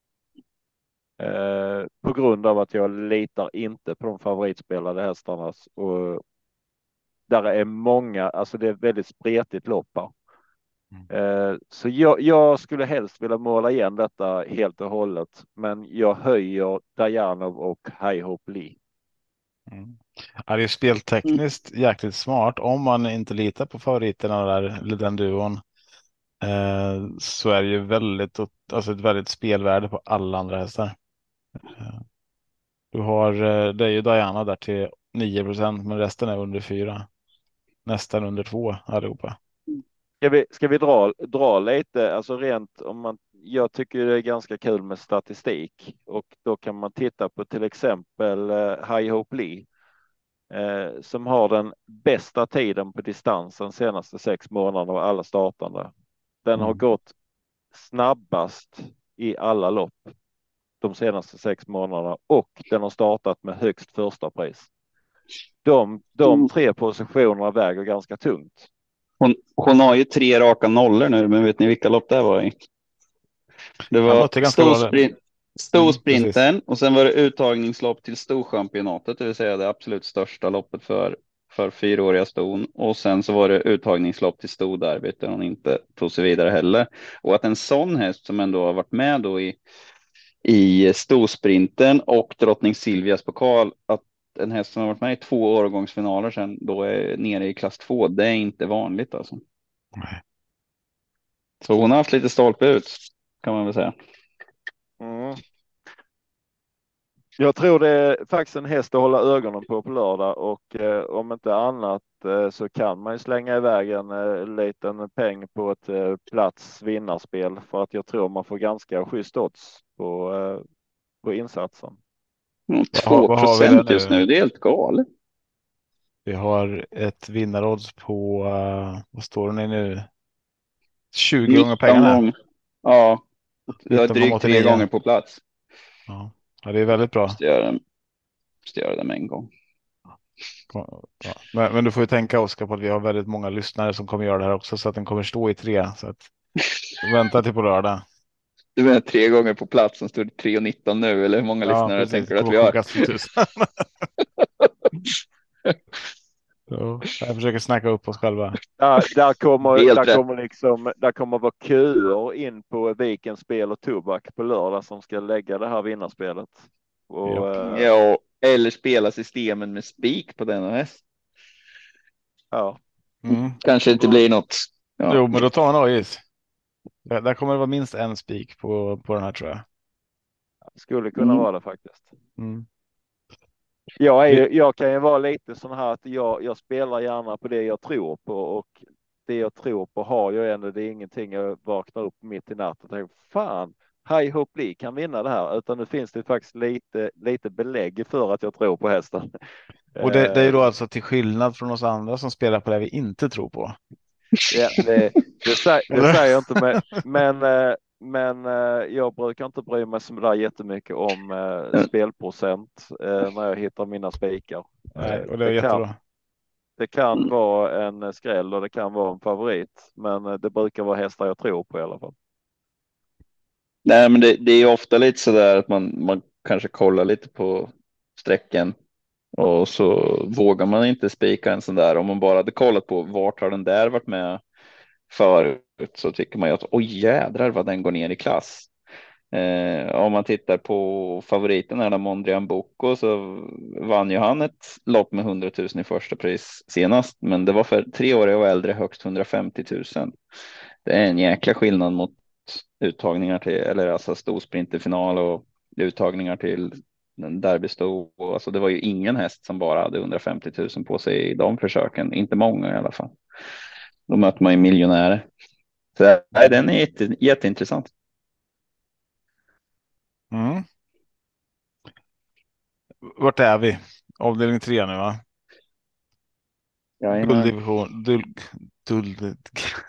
C: Eh, på grund av att jag litar inte på de favoritspelade hästarna, och där är många, alltså det är väldigt spretigt lopp här.
B: Mm.
C: Eh, så jag, jag skulle helst vilja måla igen detta helt och hållet, men jag höjer Dajanov och High Hope Lee.
B: Mm. Ja, det är speltekniskt jäkligt smart. Om man inte litar på favoriterna där, eller den duon, eh, så är det ju väldigt, alltså ett väldigt spelvärde på alla andra hästar. Eh, Du har, eh, det är ju Diana där till nio procent, men resten är under fyra. Nästan under två allihopa.
C: Ska vi, ska vi dra, dra lite, alltså rent om man, jag tycker det är ganska kul med statistik och då kan man titta på till exempel eh, High Hope Lee eh, som har den bästa tiden på distansen senaste sex månaderna av alla startande. Den har
B: Mm.
C: gått snabbast i alla lopp de senaste sex månaderna och den har startat med högst första pris. De, de
D: Mm.
C: tre positionerna väger ganska tungt.
D: Hon, hon har ju tre raka nollor nu, men vet ni vilka lopp det var i? Det
B: Han
D: var
B: mötte ganska bra.
D: storsprint,
B: Mm,
D: storsprinten och sen var det uttagningslopp till storchampionatet, det vill säga det absolut största loppet för, för fyraåriga ston. Och sen så var det uttagningslopp till storderbyt där hon inte tog sig vidare heller. Och att en sån häst som ändå har varit med då i, i storsprinten och drottning Silvias pokal, att en häst som har varit med i två årgångsfinaler sen då är nere i klass två, det är inte vanligt alltså.
B: Nej.
D: Så hon har haft lite stolpe ut, kan man väl säga.
C: Mm. Jag tror det är faktiskt en häst att hålla ögonen på på lördag och eh, om inte annat eh, så kan man ju slänga iväg en eh, liten peng på ett eh, plats vinnarspel för att jag tror man får ganska schysst odds på, eh, på insatsen.
D: Mm,
B: Vad har,
D: två
B: vad har vi där
D: procent just nu, det är helt galet.
B: Vi har ett vinnarodds på, uh, vad står den i nu? tjugo gånger
D: nitton
B: pengarna.
D: gånger. Ja, jag har
B: nitton komma
D: drygt tre
B: åttionio.
D: gånger på plats.
B: Ja. Ja, det är väldigt bra.
D: Måste göra, måste göra det med en gång.
B: Ja. Men, men du får ju tänka, Oskar, på att vi har väldigt många lyssnare som kommer göra det här också, så att den kommer stå i tre. Så att vänta till på lördag.
D: Du menar tre gånger på plats som står tre och nitton nu, eller hur många
B: Ja,
D: lyssnare
B: precis.
D: tänker
B: Det
D: du att
B: kommer
D: vi har?
B: sjunka som tusan. Ja, jag försöker snacka upp oss själva.
C: Där, där, kommer,
D: Helt
C: där,
D: rätt.
C: kommer liksom, där kommer vara köer in på Vikens spel och tobak på lördag som ska lägga det här vinnarspelet. Och,
B: Japp.
C: eh,
D: Ja, eller spela systemen med spik på denna häst.
C: ja.
B: Mm.
D: Kanske inte blir något. Ja.
B: Jo, men då tar man A I S. Där, där kommer det vara minst en spik på, på den här, tror jag.
C: Skulle kunna
D: Mm.
C: vara det faktiskt.
B: Mm.
C: Jag, är, jag kan ju vara lite sån här att jag, jag spelar gärna på det jag tror på och det jag tror på har jag ändå, det är ingenting jag vaknar upp mitt i natten och tänker fan, High Hope Lee kan vinna det här, utan nu finns det faktiskt lite, lite belägg för att jag tror på hästen.
B: Och det, det är ju då
C: Eh,
B: alltså till skillnad från oss andra som spelar på det vi inte tror på.
C: Ja, det, det, säger, det
B: Eller?
C: säger jag inte, med, men, eh, men eh, jag brukar inte bry mig så där jättemycket om eh, spelprocent eh, när jag hittar mina spikar.
B: Nej,
C: Eh,
B: och det är
C: det, kan,
B: jättebra.
C: det kan vara en skräll och det kan vara en favorit, men eh, det brukar vara hästar jag tror på i alla fall.
D: Nej, men det, det är ofta lite så där att man, man kanske kollar lite på sträckan och så vågar man inte spika en sån där. Om man bara hade kollat på vart har den där varit med förut så tycker man ju att oj jädrar vad den går ner i klass. Eh, om man tittar på favoriten här, Mondrian Bocco, så vann ju han ett lopp med hundra tusen i första pris senast, men det var för tre år och äldre högst hundrafemtio tusen. Det är en jäkla skillnad mot uttagningar till, eller alltså storsprinterfinal och uttagningar till derbysto. Alltså det var ju ingen häst som bara hade hundrafemtio tusen på sig i de försöken, inte många i alla fall. Då möter man ju miljonärer. Så nej, den är jätte, jätteintressant.
B: Mm. Vart är vi? Avdelning tre nu, va?
D: Jajamän.
B: Gulddivision. Duld, duld,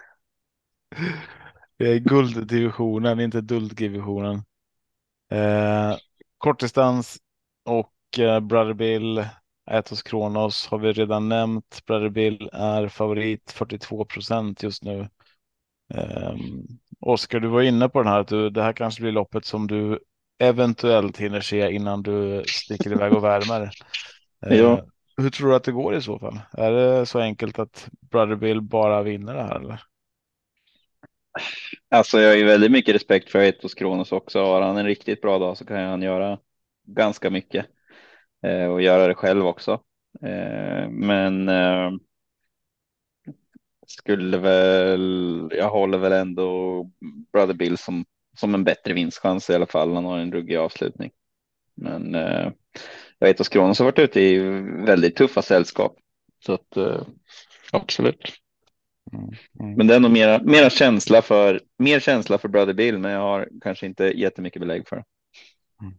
B: det är gulddivisionen, inte dulddivisionen. Eh, kortdistans och eh, Brother Bill, Atos Kronos har vi redan nämnt. Brother Bill är favorit, fyrtiotvå procent just nu. Eh, Oskar, du var inne på den här att du, det här kanske blir loppet som du eventuellt hinner se innan du sticker iväg och värmer. Eh,
D: Ja.
B: Hur tror du att det går i så fall? Är det så enkelt att Brother Bill bara vinner det här, eller?
D: Alltså jag har ju väldigt mycket respekt för Etos Kronos också. Har han en riktigt bra dag så kan han göra ganska mycket eh, och göra det själv också. Eh, men eh, skulle väl, jag håller väl ändå Brother Bill som, som en bättre vinstchans i alla fall. Han har en ruggig avslutning. Men eh, jag vet att Kronos har varit ute i väldigt tuffa sällskap. Så att eh, absolut.
B: Mm. Mm.
D: Men det är nog mera, mera känsla för, mer känsla för Brother Bill, men jag har kanske inte jättemycket belägg för det.
B: Mm.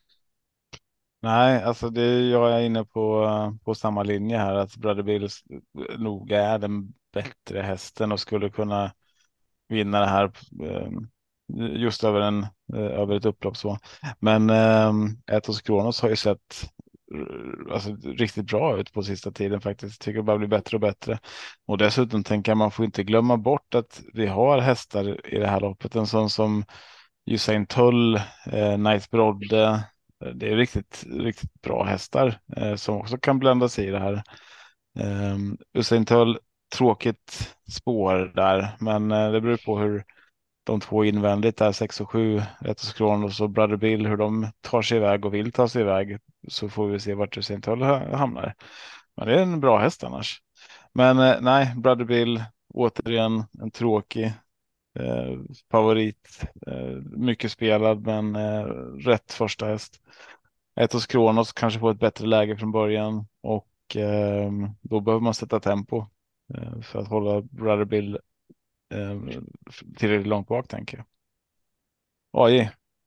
B: Nej, alltså det, jag är inne på, på samma linje här, att Brother Bill nog är den bättre hästen och skulle kunna vinna det här eh, just över, en, eh, över ett upplopp. Så. Men eh, Ethos Kronos har ju sett eh, alltså, riktigt bra ut på sista tiden faktiskt. Tycker det bara blir bättre och bättre. Och dessutom tänker jag man får inte glömma bort att vi har hästar i det här loppet. En sån som Usain Tull, eh, Night Brodde. Det är riktigt, riktigt bra hästar eh, som också kan blanda sig i det här. Eh, Usain Tull, tråkigt spår där, men eh, det beror på hur de två invändigt där, sex och sju, Ethos Kronos och Brother Bill, hur de tar sig iväg och vill ta sig iväg, så får vi se vart Usain Tull hamnar. Men det är en bra häst annars. Men eh, nej, Brother Bill, återigen en tråkig eh, favorit. Eh, mycket spelad, men eh, rätt första häst. Ethos Kronos kanske får ett bättre läge från början och eh, då behöver man sätta tempo eh, för att hålla Brother Bill eh, tillräckligt långt bak, tänker jag. Oj.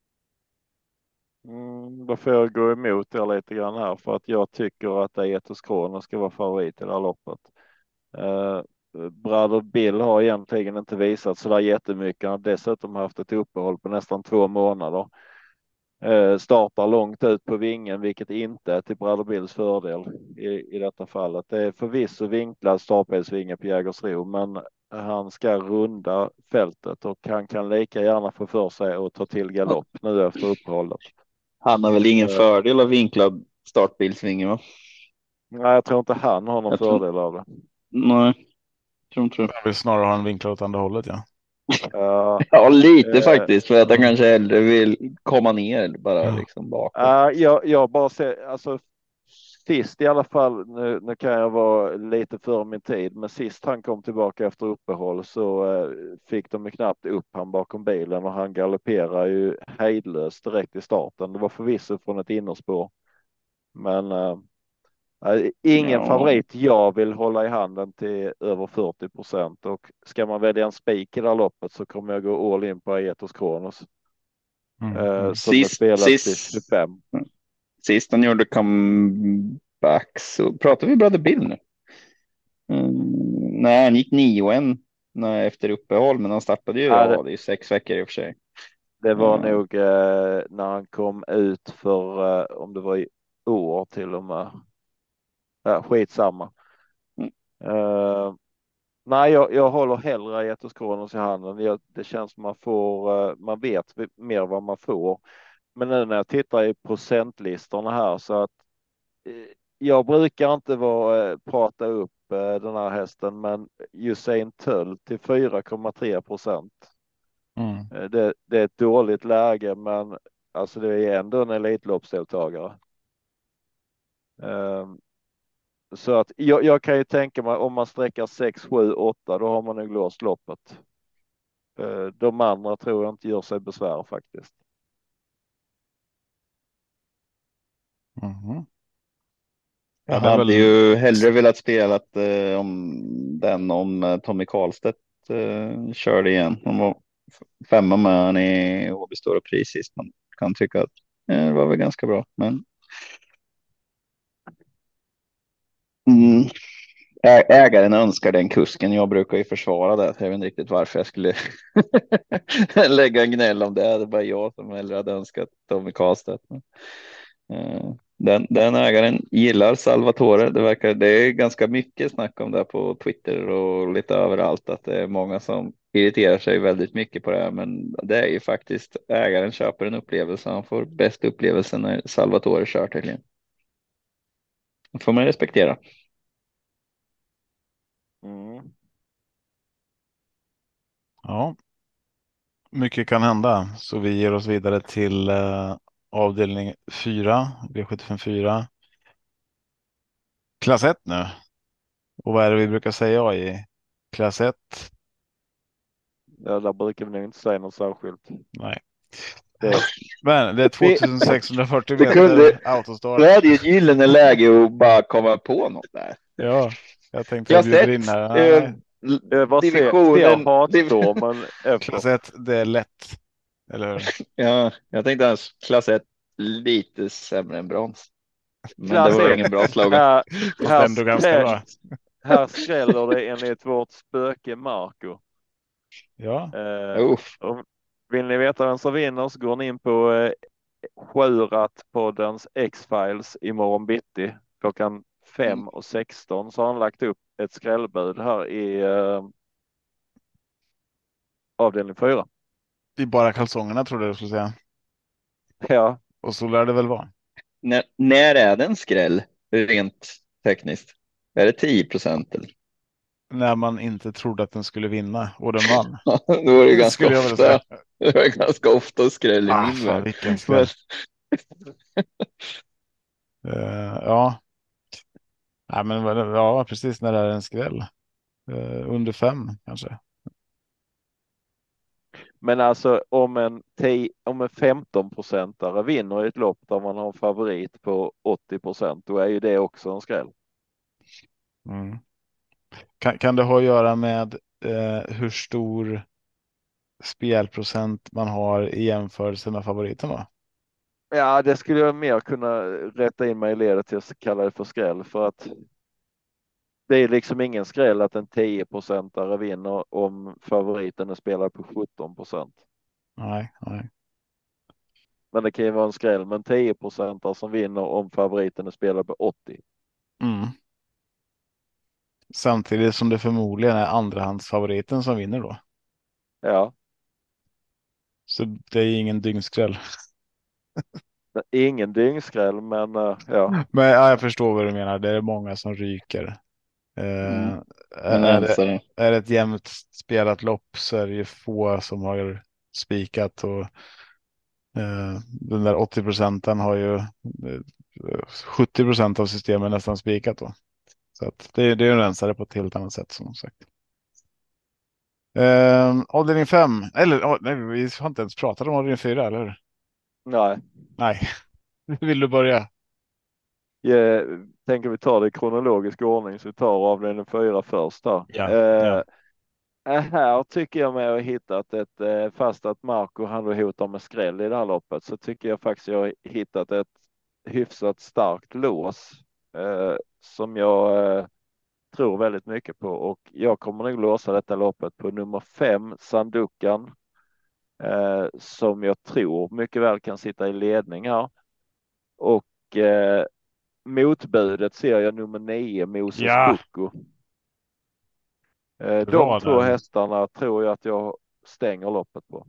C: Mm, då får jag gå emot er lite grann här, för att jag tycker att Ethos Kronos ska vara favorit i det här loppet. Uh, Brother Bill har egentligen inte visat så där jättemycket. Han har dessutom haft ett uppehåll på nästan två månader. Uh, startar långt ut på vingen, vilket inte är till Brother Bills fördel i, i detta fallet. Det är förvisso vinklad startbilsvinge på Jägersro, men han ska runda fältet och han kan lika gärna få för sig och ta till galopp nu efter uppehållet.
D: Han har väl ingen
C: Uh,
D: fördel av vinklad startbilsvinge, va?
C: Nej, jag tror inte han har någon
D: Jag
C: fördel
D: tror,
C: av det.
D: nej, tror inte det.
B: Jag vill snarare ha en vinkel åt andra hållet, ja.
C: Uh,
D: Ja, lite
C: uh,
D: faktiskt, för att han
B: Mm.
D: kanske hellre vill komma ner bara
B: Ja.
D: liksom bakom.
C: uh, jag, jag bara ser, alltså sist i alla fall, nu, nu kan jag vara lite för min tid, men sist han kom tillbaka efter uppehåll så uh, fick de ju knappt upp han bakom bilen och han galopperar ju hejdlöst direkt i starten. Det var förvisso från ett innerspår, men uh, uh, ingen
D: Ja.
C: favorit jag vill hålla i handen till över fyrtio procent, och ska man välja en spik i det här loppet så kommer jag gå all in på Ethos Kronos.
B: Mm.
C: Uh,
B: Mm.
C: som är
D: Sist,
C: spelat till
D: sist,
C: tjugofem.
D: sist han gjorde comeback så pratar vi Brother Bill nu. Mm, nej, han gick nio en nej, efter uppehåll, men han startade ju,
C: Ja,
D: ja, det är sex veckor i och för sig.
C: Det var
D: Mm.
C: nog eh, när han kom ut för, eh, om det var i år till och med. Ja, skitsamma.
D: Mm.
C: Eh, nej, jag, jag håller hellre Ethos Kronos i handen. Jag, det känns som man får, eh, man vet mer vad man får. Men nu när jag tittar i procentlistorna här så att eh, jag brukar inte vara, eh, prata upp eh, den här hästen, men Usain Tull till fyra komma tre procent.
B: Mm.
C: Det, det är ett dåligt läge, men alltså det är ändå en elitloppsdeltagare. Um, så att jag, jag kan ju tänka mig om man sträcker sex, sju, åtta, då har man nog låst loppet. Uh, de andra tror jag inte gör sig besvär faktiskt.
B: Mm.
D: Jag
B: Det är
D: hade
B: väl...
D: ju hellre velat spela att, eh, om den om eh, Tommy Karlstedt eh, körde igen. Han var femma med han i Åby Stora Pris sist. Man kan tycka att eh, det var väl ganska bra. Men mm, ä- ägaren önskar den kusken. Jag brukar ju försvara det. Jag vet inte riktigt varför jag skulle lägga en gnäll om det. Det är bara jag som hellre hade önskat Tommy Karlstedt. Eh, Den, den ägaren gillar Salvatore. Det verkar, det är ganska mycket snack om det på Twitter och lite överallt, att det är många som irriterar sig väldigt mycket på det här. Men det är ju faktiskt, ägaren köper en upplevelse. Han får bäst upplevelse när Salvatore kör tydligen. Det får man respektera.
C: Mm.
B: Ja, mycket kan hända. Så vi ger oss vidare till eh, avdelning fyra, V sjuttiofem fyra. Klass ett nu. Och vad är det vi brukar säga i klass ett?
C: Ja, där brukar vi nog inte säga något särskilt.
B: Nej.
C: Det,
B: Men det är tvåtusensexhundrafyrtio
C: Du
B: meter
C: kunde-
B: autostart.
C: Du hade ju ett gyllene läge att bara komma på något där.
B: Ja, jag tänkte jag
C: Klass
B: bjuder
C: ett,
B: in här.
C: eh,
B: Nej,
C: l-
E: Vad ser, ser
C: divisionen. div-
E: hatstormen
B: klass
E: efter?
B: ett, det är lätt. Eller hur?
C: Ja, jag tänkte ens klass ett lite sämre än brons. Men
E: Klass
C: det var
E: ett.
C: ingen bra slogan.
E: Här,
B: Fast
E: här,
B: ändå ganska
E: skräll,
B: bra.
E: här skräller det enligt vårt spöke Marco.
B: Ja,
E: Eh,
C: Oh,
E: och vill ni veta vem som vinner så går ni in på eh, Sjurat-poddens X-Files imorgon bitti klockan fem och sexton så har han lagt upp ett skrällbud här i eh, avdelning fyra.
B: i bara kalsongerna trodde jag du skulle säga.
E: Ja,
B: Och så lär det väl vara.
C: när, när är det en skräll rent tekniskt? Är det tio procent? Eller?
B: När man inte trodde att den skulle vinna och den vann.
C: Då är det ganska
B: Skulle jag vilja
C: ofta.
B: säga.
C: Det är ganska ofta skräll i
B: Ah,
C: min
B: fan,
C: värld.
B: vilken skräll.
C: Men,
B: Eh, ja. Nej, men vad- ja, precis när det är en skräll. Eh, under fem kanske.
E: men alltså om en, tio, om en femton procentare vinner i ett lopp där man har en favorit på åttio procent då är ju det också en skräll.
B: Mm. Kan, kan det ha att göra med eh, hur stor spelprocent man har i jämförelse med favoriten va?
E: Ja, det skulle jag mer kunna rätta in mig i ledet till att kalla det för skräll för att det är liksom ingen skräll att en tio procentare vinner om favoriten är spelad på sjutton procent.
B: Nej, nej.
E: Men det kan ju vara en skräll med en tio procentare som vinner om favoriten är spelad på åttio.
B: Mm. Samtidigt som det förmodligen är andrahandsfavoriten som vinner då.
E: Ja,
B: Så det är ingen dyngskräll.
E: ingen dyngskräll men uh, ja.
B: Men ja, jag förstår vad du menar. Det är många som ryker. Eh,
C: Mm. Men
B: är, det,
C: rensare.
B: är det ett jämnt spelat lopp så är det ju få som har spikat och eh, den där åttio procenten har ju eh, sjuttio procent av systemet nästan spikat då. Så att det, det är en rensare på ett helt annat sätt som sagt. Eh, avdelning fem, eller oh, nej, vi har inte ens pratat om avdelning fyra, eller hur?
E: Nej,
B: Nej, vill du börja?
E: jag tänker vi tar det i kronologisk ordning så vi tar avdelning fyra först där.
B: Ja,
E: Eh,
B: ja.
E: Här tycker jag mig ha hittat ett, eh, fast att Marco han då hotar med skräll i det här loppet så tycker jag faktiskt jag har hittat ett hyfsat starkt lås eh, som jag eh, tror väldigt mycket på och jag kommer nog låsa detta loppet på nummer fem Sandukan eh, som jag tror mycket väl kan sitta i ledning här och eh, motbudet ser jag nummer nio Moses
B: Ja.
E: Pucko. Eh,
B: Bra
E: De två
B: där.
E: hästarna tror jag att jag stänger loppet på.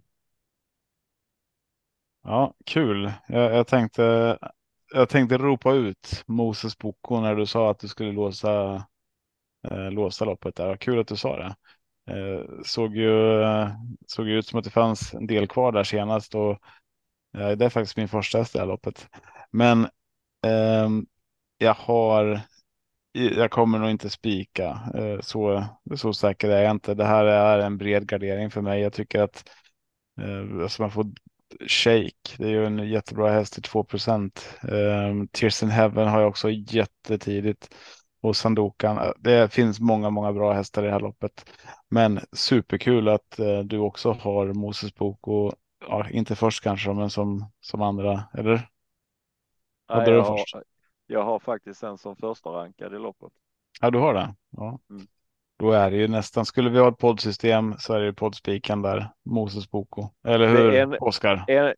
B: Ja, kul. Jag, jag tänkte jag tänkte ropa ut Moses Boko när du sa att du skulle låsa eh, låsa loppet där. Kul att du sa det. Eh, såg ju eh, såg ju ut som att det fanns en del kvar där senast och eh, det är faktiskt min första häst i det här loppet. Men ehm, jag har jag kommer nog inte spika. Eh, så så säker är jag inte. Det här är en bred gardering för mig. Jag tycker att eh, alltså man får Shake, det är ju en jättebra häst till två procent. Um, Tears in Heaven har jag också jättetidigt. Och Sandokan. Det finns många, många bra hästar i det här loppet. Men superkul att uh, du också har Moses Boko. Ja, inte först kanske, men som, som andra, eller?
E: Nej,
B: Hade du
E: jag, har,
B: först?
E: jag har faktiskt en som första rankad i loppet.
B: Ja, du har det? Ja.
E: Mm.
B: Då är det ju nästan, skulle vi ha ett poddsystem så är det ju poddspiken där, Moses Boko. Eller
E: Det
B: hur,
E: är en-
B: Oskar?
E: En,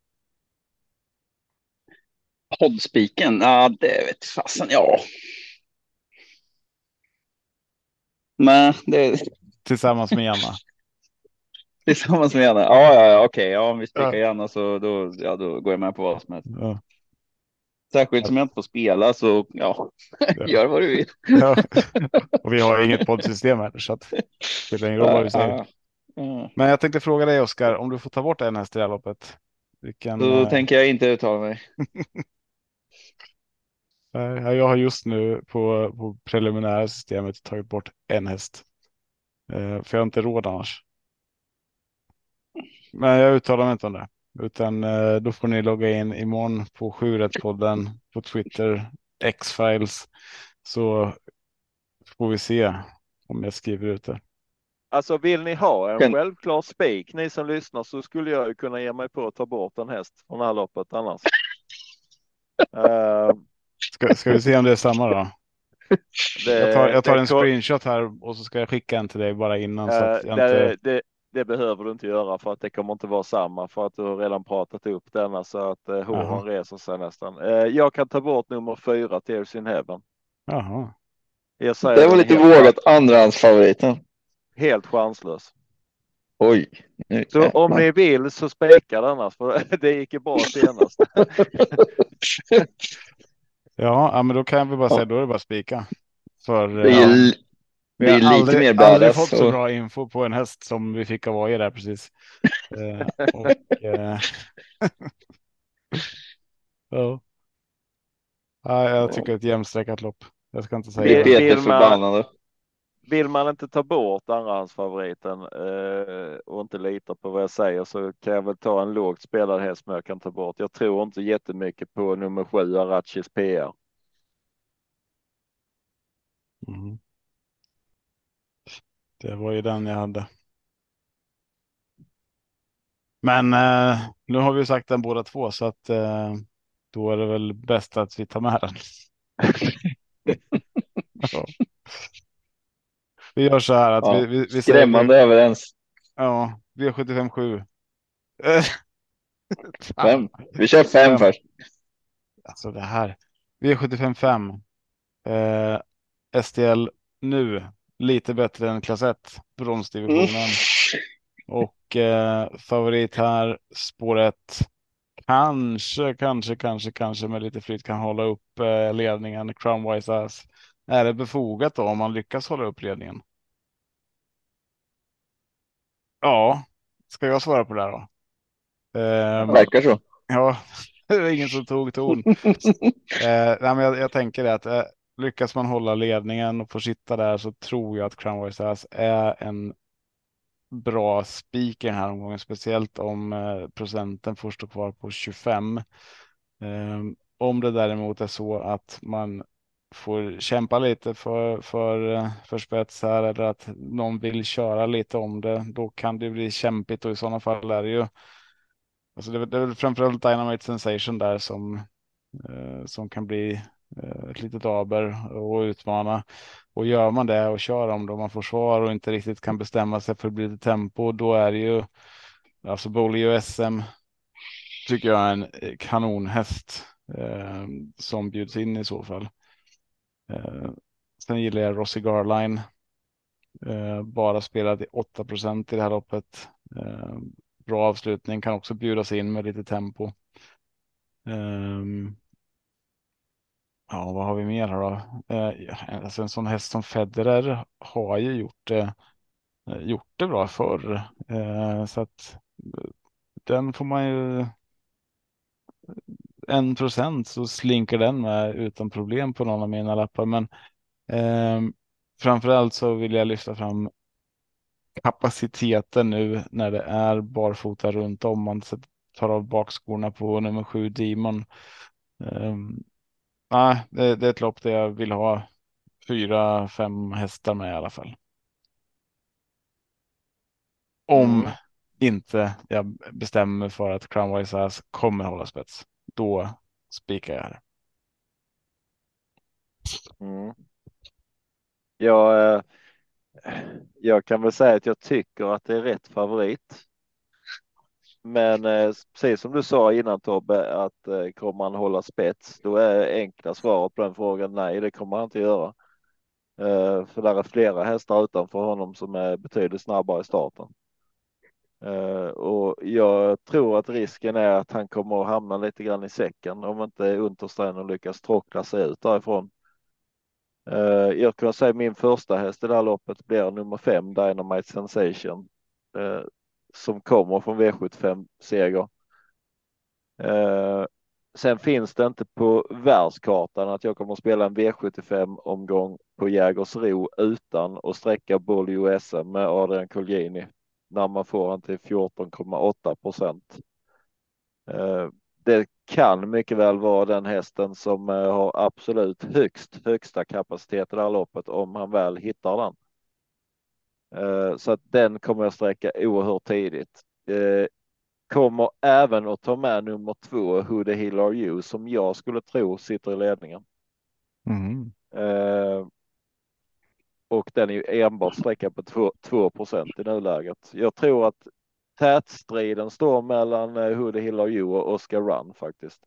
C: Poddspiken, ja det vet fasen, ja. Men det
B: Tillsammans med Janna.
C: tillsammans med Janne. Ja, ja, ja, okej. Ja, om vi spikar
B: Ja.
C: Janne så då, ja, då går jag med på vad som helst.
B: Ja.
C: Särskilt som jag inte får spela så ja,
B: Ja.
C: gör vad du vill.
B: Ja. Och vi har inget poddsystem här så att det spelar ingen roll vad vi säger.
C: Ja, ja.
B: Men jag tänkte fråga dig Oskar, om du får ta bort en häst i det här loppet. Vilken,
C: Då
B: eh,
C: tänker jag inte uttala mig.
B: eh, jag har just nu på, på preliminära systemet tagit bort en häst. Eh, för jag har inte råd annars. Men jag uttalar mig inte om det. Utan eh, då får ni logga in imorgon på Sjurättspodden på Twitter, X-Files. Så får vi se om jag skriver ut det.
E: Alltså vill ni ha en
F: Kan-
E: självklar spik, ni som lyssnar, så skulle jag ju kunna ge mig på att ta bort en häst från det här loppet annars. uh,
B: Ska, ska vi se om det är samma då?
E: det,
B: Jag tar, jag tar
E: det
B: en
E: ko-
B: screenshot här och så ska jag skicka en till dig bara innan. Så
E: eh,
B: att jag
E: det,
B: inte...
E: det, det behöver du inte göra, för att det kommer inte vara samma, för att du har redan pratat upp denna, så att uh, håren
B: Jaha.
E: reser sig nästan. Uh, jag kan ta bort nummer fyra, Tears in Heaven.
B: Jaha.
E: Jag säger
F: Det var
E: den är
F: lite
E: helt,
F: vågat, andrahandsfavoriten.
E: helt chanslös.
F: Oj. Nu,
E: Så om
F: jävlar.
E: ni vill så spikar denna, för det gick ju bra senast.
B: Ja, ja, men då kan vi bara
F: Ja.
B: säga då är det bara spika. För
F: Det är,
B: ja,
F: ju-
B: vi
F: det är
B: har
F: lite
B: aldrig,
F: mer
B: aldrig
F: badass.
B: fått så
F: och-
B: bra info på en häst som vi fick av A I där precis. Eh, och, eh, ja. Ja, jag tycker ett jämnstreckat lopp. Jag ska inte säga
F: Blir
E: Vill-
B: det.
F: Peter
E: vill man-
F: förbannad.
E: Vill man inte ta bort andrahandsfavoriten eh, och inte lita på vad jag säger, så kan jag väl ta en lågt spelad häst som jag kan ta bort. Jag tror inte jättemycket på nummer sju, Arachis P R.
B: Mm. Det var ju den jag hade. Men eh, nu har vi ju sagt den båda två, så att eh, då är det väl bäst att vi tar med den. Ja. Vi gör så här att
F: Ja,
B: vi, vi, vi
F: skrämmande
B: säger
F: överens.
B: ja, V sjuttiofem sju.
F: Fem. Vi kör fem,
B: Fem.
F: först.
B: Alltså det här. V sjuttiofem fem. Eh, S T L nu lite bättre än klass ett, bronsdivisionen.
F: Mm.
B: Och eh, favorit här, spår ett. Kanske, kanske, kanske, kanske med lite flyt kan hålla upp eh, ledningen. Crownwise Ass. Är det befogat då om man lyckas hålla upp ledningen? Ja, ska jag svara på det här då? Ehm,
F: Verkar så.
B: ja, det är ingen som tog ton. Eh, nej, men jag, jag tänker det att eh, lyckas man hålla ledningen och få sitta där, så tror jag att Crownwise Ass är en bra spik i den här omgången, speciellt om eh, procenten får stå kvar på tjugofem. Eh, om det däremot är så att man får kämpa lite för, för, eh, för spets här, eller att någon vill köra lite om det, då kan det bli kämpigt, och i sådana fall är det ju alltså det, det är väl framförallt Dynamite Sensation där som, eh, som kan bli eh, ett litet aber och utmana. Och gör man det och kör om då man får svar och inte riktigt kan bestämma sig för att bli lite tempo, då är det ju alltså Bolio S M tycker jag är en kanonhäst eh, som bjuds in i så fall. Eh, sen gillar jag Rossi Garline. Eh, bara spelad i åtta procent i det här loppet. Eh, bra avslutning, kan också bjudas in med lite tempo. Um, ja, vad har vi mer här då? Uh, alltså en sån häst som Federer har ju gjort det, uh, gjort det bra förr. Uh, så att uh, den får man ju en procent så slinker den med utan problem på någon av mina lappar. Men um, framförallt så vill jag lyfta fram kapaciteten nu när det är barfota runt om. Man tar av bakskorna på nummer sju Demon. Um, nej, det, det är ett lopp där jag vill ha fyra, fem hästar med i alla fall. Om
E: Mm.
B: inte jag bestämmer mig för att Crownwise Ass kommer hålla spets, då spikar jag här.
E: Mm. Jag, eh, jag kan väl säga att jag tycker att det är rätt favorit. Men eh, precis som du sa innan Tobbe, att eh, kommer han hålla spets, då är enkla svaret på den frågan nej, det kommer han inte göra. Eh, för där är flera hästar utanför honom som är betydligt snabbare i starten. Eh, och jag tror att risken är att han kommer att hamna lite grann i säcken om inte Untersteiner lyckas tråckla sig ut därifrån. Uh, jag kan säga min första häst i det här loppet blir nummer fem, Dynamite Sensation, uh, som kommer från V sjuttiofem seger. Uh, sen finns det inte på världskartan att jag kommer att spela en V sjuttiofem omgång på Jägersro utan att sträcka Bolio S M med Adrian Colgjini när man får han till fjorton komma åtta procent. Eh, det kan mycket väl vara den hästen som eh, har absolut högst högsta kapacitet i det här loppet om han väl hittar den. Eh, så att den kommer jag sträcka oerhört tidigt. Eh, kommer även att ta med nummer två, Who the Hill Are You, som jag skulle tro sitter i ledningen.
B: Mm.
E: Eh, och den är ju enbart sträcka på två procent i nuläget. Jag tror att tätstriden står mellan eh, Who the Hill Are You och Oscar Run faktiskt.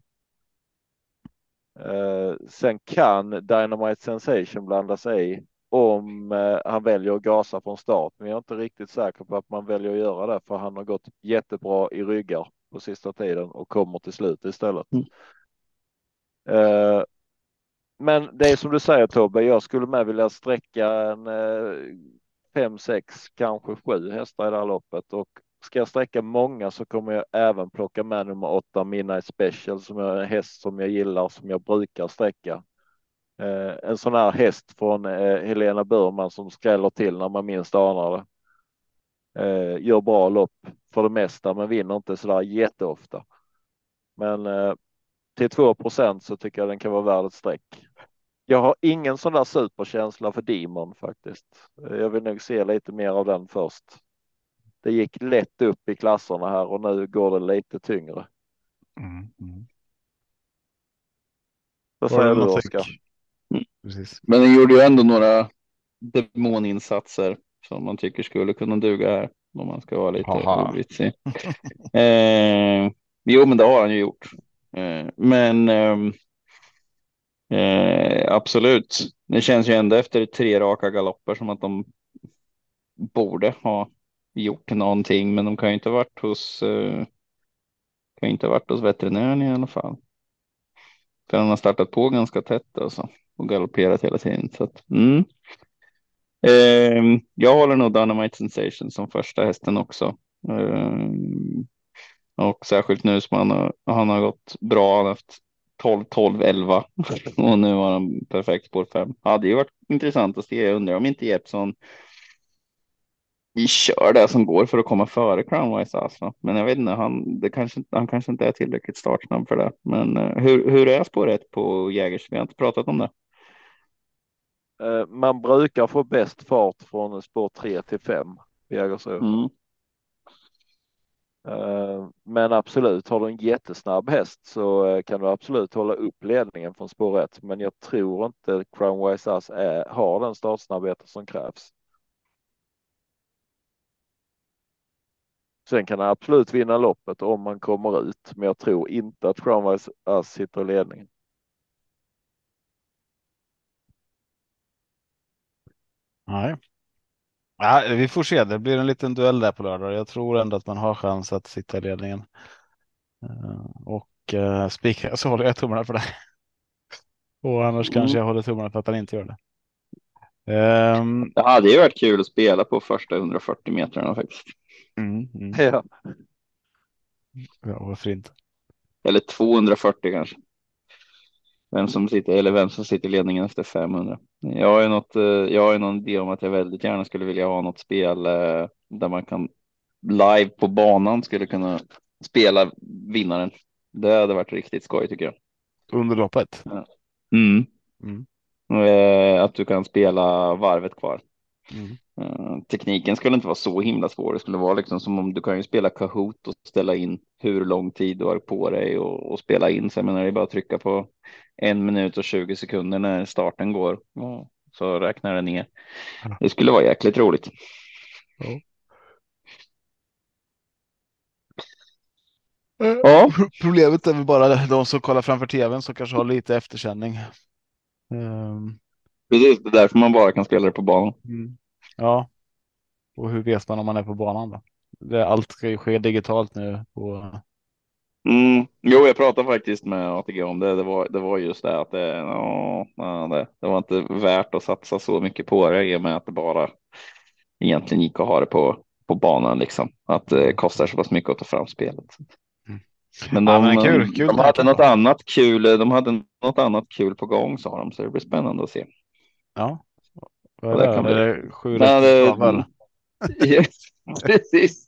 E: Eh, sen kan Dynamite Sensation blanda sig i om eh, han väljer att gasa från start, men jag är inte riktigt säker på att man väljer att göra det, för han har gått jättebra i ryggar på sista tiden och kommer till slut istället.
D: Mm.
E: Eh, men det är som du säger Tobbe, jag skulle med vilja sträcka en eh, fem, sex, kanske sju hästar i det här loppet, och ska jag sträcka många så kommer jag även plocka med nummer åtta Midnight Special, som är en häst som jag gillar, som jag brukar sträcka. Eh, en sån här häst från eh, Helena Burman som skräller till när man minst anar det. Eh, gör bra lopp för det mesta, men vinner inte sådär jätteofta. Men eh, till två procent så tycker jag den kan vara värd ett streck. Jag har ingen sån där superkänsla för Demon faktiskt. Eh, jag vill nog se lite mer av den först. Det gick lätt upp i klasserna här och nu går det lite tyngre.
B: Mm. Mm.
E: Vad
B: Var
E: säger
B: det
E: du,
B: något
E: Oskar?
B: tyck? Precis.
D: Men den gjorde ju ändå några demoninsatser som man tycker skulle kunna duga här, om man ska vara lite
B: Haha.
D: ordvitsig. eh, jo, men det har han ju gjort. Eh, men ehm, eh, absolut. Det känns ju ändå efter tre raka galopper som att de borde ha gjort någonting, men de kan ju inte ha varit hos eh, kan ju inte ha varit hos veterinären i alla fall. För han har startat på ganska tätt alltså, och galopperat hela tiden. Så att, mm. eh, jag håller nog Dynamite Sensation som första hästen också. Eh, och särskilt nu som han har, han har gått bra. Han har haft tolv, tolv, elva och nu har han perfekt spår fem. Hade ju varit intressant att se. Jag undrar om inte Jeppson vi kör det som går för att komma före Crownwise alltså. Men jag vet inte, han, det kanske, han kanske inte är tillräckligt startsnabb för det. Men uh, hur, hur är spåret på Jägers? Vi har inte pratat om det.
E: Uh, man brukar få bäst fart från spår tre till fem i Jägersro.
D: Mm.
E: Uh, men absolut, har du en jättesnabb häst så uh, kan du absolut hålla upp ledningen från spår ett. Men jag tror inte Crownwise Ass är, har den startsnabbheten som krävs. Sen kan han absolut vinna loppet om man kommer ut, men jag tror inte att Crownwise Ass sitter i ledningen.
B: Nej. Ja, vi får se. Det blir en liten duell där på lördag. Jag tror ändå att man har chans att sitta i ledningen. Uh, och uh, spikar så håller jag tummarna för det. Och annars
D: Mm.
B: kanske jag håller tummarna för att han inte gör det. Um,
D: Det hade ju varit kul att spela på första hundrafyrtio metrarna faktiskt.
B: mm, mm.
E: Ja.
B: Ja, varför inte?
D: Eller tvåhundrafyrtio kanske. Vem som sitter, eller vem som sitter i ledningen efter femhundra. Jag har ju något, eh, jag har ju någon idé om att jag väldigt gärna skulle vilja ha något spel eh, där man kan live på banan skulle kunna spela vinnaren. Det hade varit riktigt skoj tycker jag.
B: Under loppet?
D: Mm.
B: Mm.
D: Eh, att du kan spela varvet kvar.
B: Mm.
D: Uh, tekniken skulle inte vara så himla svår. Det skulle vara liksom som om du kan ju spela Kahoot och ställa in hur lång tid du har på dig och, och spela in. Så jag menar, det är bara att trycka på en minut och tjugo sekunder när starten går. Och så räknar den ner.
B: Ja.
D: Det skulle vara jäkligt roligt.
B: Ja.
D: Ja.
B: Problemet är väl bara de som kollar framför tvn som kanske har lite efterkänning. Um,
D: Precis, det är därför man bara kan spela det på banan.
B: mm. Ja. Och hur vet man om man är på banan då? Det, allt ska ju ske digitalt nu. Och...
D: Mm. Jo, jag pratade faktiskt med A T G om det. Det var, det var just det att det, ja, det, det var inte värt att satsa så mycket på det i och med att det bara egentligen gick att ha det på, på banan liksom. Att det kostar så pass mycket att ta fram spelet.
B: Mm.
D: Men de,
B: Ja, men kul, kul
D: de hade något annat kul. De hade något annat kul på gång sa de, så det blir spännande att se.
B: Ja.
D: Vad det kan
B: är
D: bli.
B: det sju
D: Nej,
B: rätt
D: det,
B: travar?
D: yes, precis.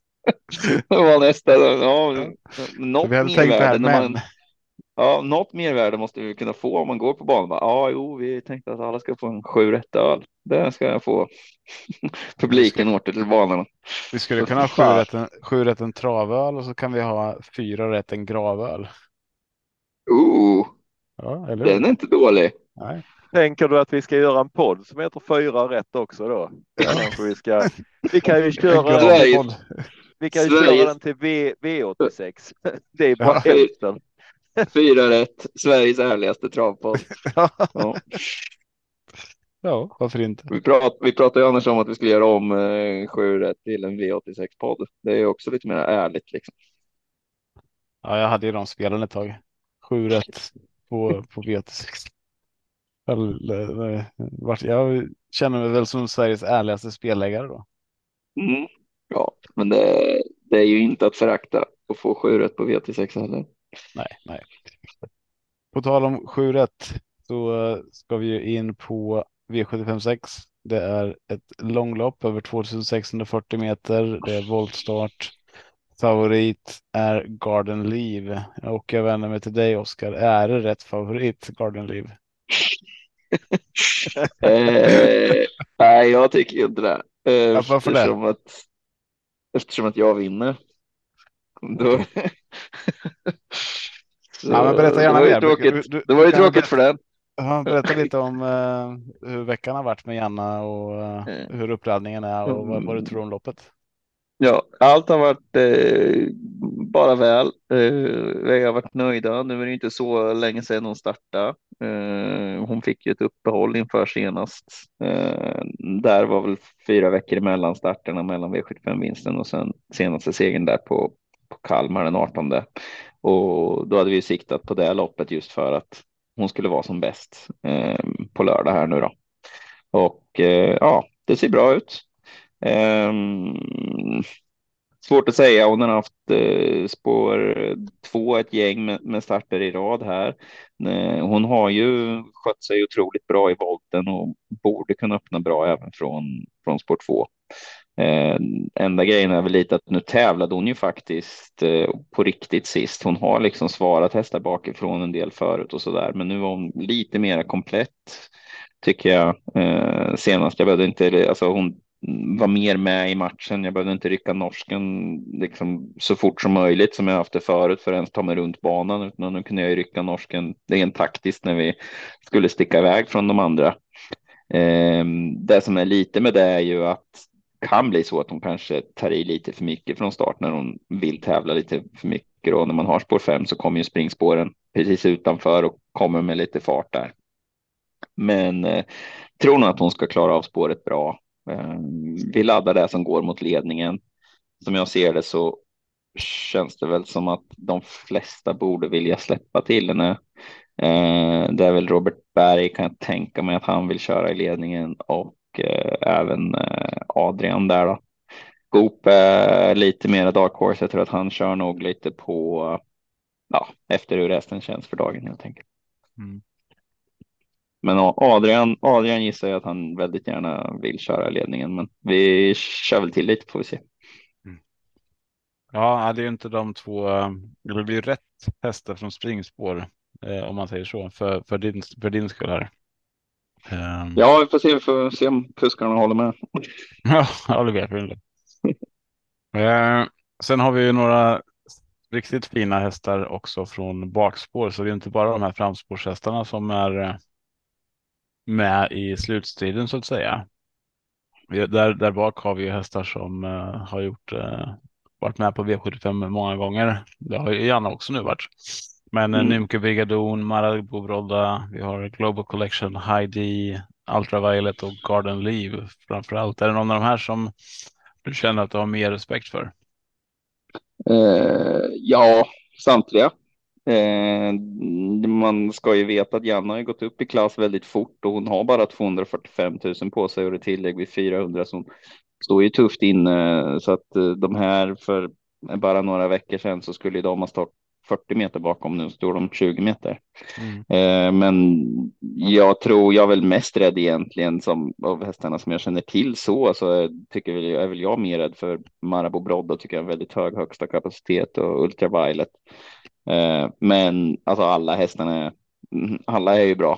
F: Vad var nästa? Ja,
B: Så
F: något
B: vi hade tänkt det här,
F: mervärde när
B: men
F: man, ja, något mervärde måste vi kunna få om man går på banan. Bara, ja, jo, vi tänkte att alla ska få en sju rätt öl. Det ska jag få.
B: vi,
F: Publiken
B: skulle,
F: åker till banorna.
B: vi skulle
F: Så
B: kunna ha sju
F: fan.
B: rätt, en, sju rätt en travöl och så kan vi ha fyra rätt en gravöl.
F: Ooh,
B: Ja, eller hur?
F: den är inte dålig.
B: Nej.
E: Tänker du att vi ska göra en podd som heter Fyra rätt också då? Det
B: Ja.
E: kanske vi ska. Vi kan ju
B: En
E: köra,
B: gravpodd.
E: vi kan ju köra
F: Sveriges,
E: den till v, V86. Det är bara
B: Ja.
E: hälften.
F: fyra rätt. Sveriges ärligaste travpodd.
B: Ja.
F: Ja.
B: Ja, varför inte?
F: Vi, prat, vi pratade ju annars om att vi skulle göra om eh, sju rätt till en V åttiosex-podd. Det är ju också lite mer ärligt liksom.
B: Ja, jag hade ju de spelen ett tag. Sju rätt på, på V åttiosex. Eller, vart- Jag känner mig väl som Sveriges ärligaste spelläggare då.
F: Mm. Ja, men det, det är ju inte att förakta att få sju rätt på V åttiosex heller.
B: Nej, nej. På tal om sju rätt så eh, ska vi ju in på V sjuttiofem sex. Det är ett långlopp över tvåtusensexhundrafyrtio meter. Det är voltstart. Favorit är Garden Leave. Och jag vänder mig till dig, Oskar. Är det rätt favorit, Garden Leave?
F: eh, nej, jag tycker ju inte det. Eh,
B: Ja, varför det?
F: eftersom, att, eftersom att jag vinner. Då, så,
B: Ja, men berätta
F: det
B: gärna
F: var ju
B: mer. Du-
F: tråkigt,
B: du-
F: det
B: du
F: var ju
B: kan väl
F: tråkigt för
B: berätta-
F: den.
B: Ja, berätta lite om eh, hur veckan har varit med Janna och eh,
F: Mm.
B: hur uppladdningen är och vad, vad du tror om loppet.
F: Ja, allt har varit eh, bara väl. Eh, vi har varit nöjda. Nu är det inte så länge sedan hon startade. Eh, hon fick ju ett uppehåll inför senast. Eh, där var väl fyra veckor emellan starterna mellan V sjuttiofem-vinsten och sen senaste segern där på, på Kalmar den artonde. Och då hade vi siktat på det loppet just för att hon skulle vara som bäst eh, på lördag här nu då. Och eh, ja, det ser bra ut. Um, svårt att säga. Hon har haft eh, spår två, ett gäng med, med starter i rad här. Eh, hon har ju skött sig otroligt bra i volten och borde kunna öppna bra även från, från spår två. Eh, enda grejen är väl lite att nu tävlade hon ju faktiskt eh, på riktigt sist. Hon har liksom svarat hästar bakifrån en del förut och så där, men nu var hon lite mer komplett tycker jag. Eh, senast jag behövde inte, alltså hon var mer med i matchen. Jag behövde inte rycka norsken liksom så fort som möjligt som jag haft det förut för att ens ta mig runt banan, utan nu kunde jag ju rycka norsken rent taktiskt när vi skulle sticka iväg från de andra. Eh, det som är lite med det är ju att kan bli så att hon kanske tar i lite för mycket från start när hon vill tävla lite för mycket, och när man har spår fem så kommer ju springspåren precis utanför och kommer med lite fart där. Men eh, tror nog att hon ska klara av spåret bra. Eh, vi laddar det som går mot ledningen. Som jag ser det så känns det väl som att de flesta borde vilja släppa till henne. Eh, det är väl Robert Berg, kan jag tänka mig att han vill köra i ledningen, och eh, även eh, Adrian där då. Goop eh, lite mer dark horse. Jag tror att han kör nog lite på ja, efter hur resten känns för dagen helt enkelt.
B: Mm.
F: Men Adrian, Adrian gissar jag att han väldigt gärna vill köra ledningen, men vi kör väl till lite får vi se.
B: Ja, det är ju inte de två. Det blir rätt hästar från springspår eh, om man säger så för, för, din, för din skull här. Um,
F: Ja, vi får se, vi får se om kuskarna håller med.
B: ja, det vet vi inte. Eh, sen har vi ju några riktigt fina hästar också från bakspår, så det är inte bara de här framspårshästarna som är eh, med i slutstriden så att säga. Vi, där, där bak har vi ju hästar som eh, har gjort eh, varit med på V sjuttiofem många gånger. Det har ju Janna också nu varit. Men mm. Nymke Brigadon, Marabou Brodda, vi har Global Collection, Heidi, Ultraviolet och Garden Leave framförallt. Är det någon av de här som du känner att du har mer respekt för?
F: Eh, ja, samtliga. Eh, man ska ju veta att Janna har gått upp i klass väldigt fort och hon har bara tvåhundrafyrtiofem tusen på sig och det tillägg vid fyrahundra, så hon står ju tufft inne. Så att eh, de här för bara några veckor sedan så skulle de ha stått fyrtio meter bakom, nu står de tjugo meter.
B: Mm.
F: Eh, men jag tror jag är väl mest rädd egentligen som av hästarna som jag känner till så, så tycker väl, är väl jag mer rädd för Marabou Brodda, tycker jag är en väldigt hög högsta kapacitet, och Ultraviolet. Eh, men alltså alla hästarna, alla är ju bra.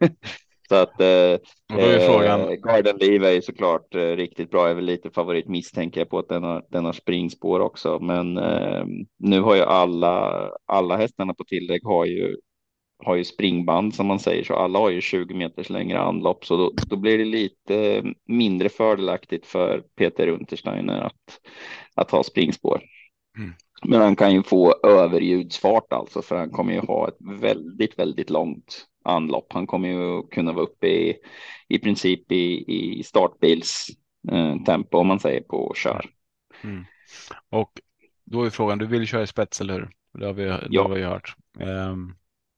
F: Så att eh,
B: Och då är frågan...
F: eh, Garden Leave är ju såklart eh, riktigt bra. Jag är väl lite favorit, misstänker jag på att den har, den har springspår också. Men eh, nu har ju alla, alla hästarna på tillägg har ju, har ju springband som man säger. Så alla har ju tjugo meters längre anlopp. Så då, då blir det lite mindre fördelaktigt för Peter Untersteiner att, att ha springspår.
B: Mm.
F: Men han kan ju få överljudsfart alltså, för han kommer ju ha ett väldigt, väldigt långt anlopp. Han kommer ju kunna vara uppe i, i princip i, i startbils eh, tempo, om man säger, på kör.
B: Mm. Och då är frågan, du vill köra i spets, eller hur? Det har vi, det
F: Ja.
B: har vi hört. Um,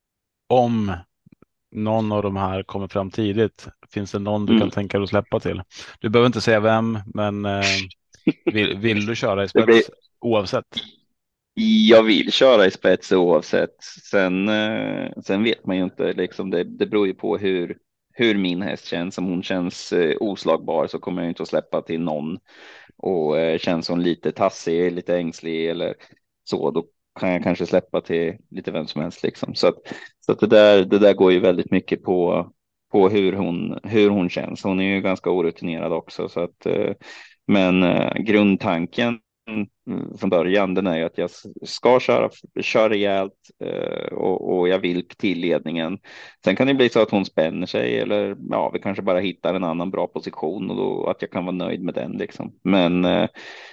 B: om någon av de här kommer fram tidigt, finns det någon du
F: Mm.
B: kan tänka dig att släppa till? Du behöver inte säga vem, men uh, vill, vill du köra i spets
F: blir...
B: oavsett?
F: Jag vill köra i spets oavsett. Sen, eh, sen vet man ju inte, liksom det, det beror ju på hur, hur min häst känns. Om hon känns eh, oslagbar så kommer jag inte att släppa till någon. Och eh, känns hon lite tassig, lite ängslig eller så, då kan jag kanske släppa till lite vem som helst liksom. Så att, så att det där, det där går ju väldigt mycket på, på hur hon, hur hon känns. Hon är ju ganska orutinerad också, så att, eh, men eh, grundtanken från början, den är ju att jag ska köra, köra rejält eh, och, och jag vill till ledningen. Sen kan det bli så att hon spänner sig, eller ja, vi kanske bara hittar en annan bra position och då att jag kan vara nöjd med den liksom. Men eh,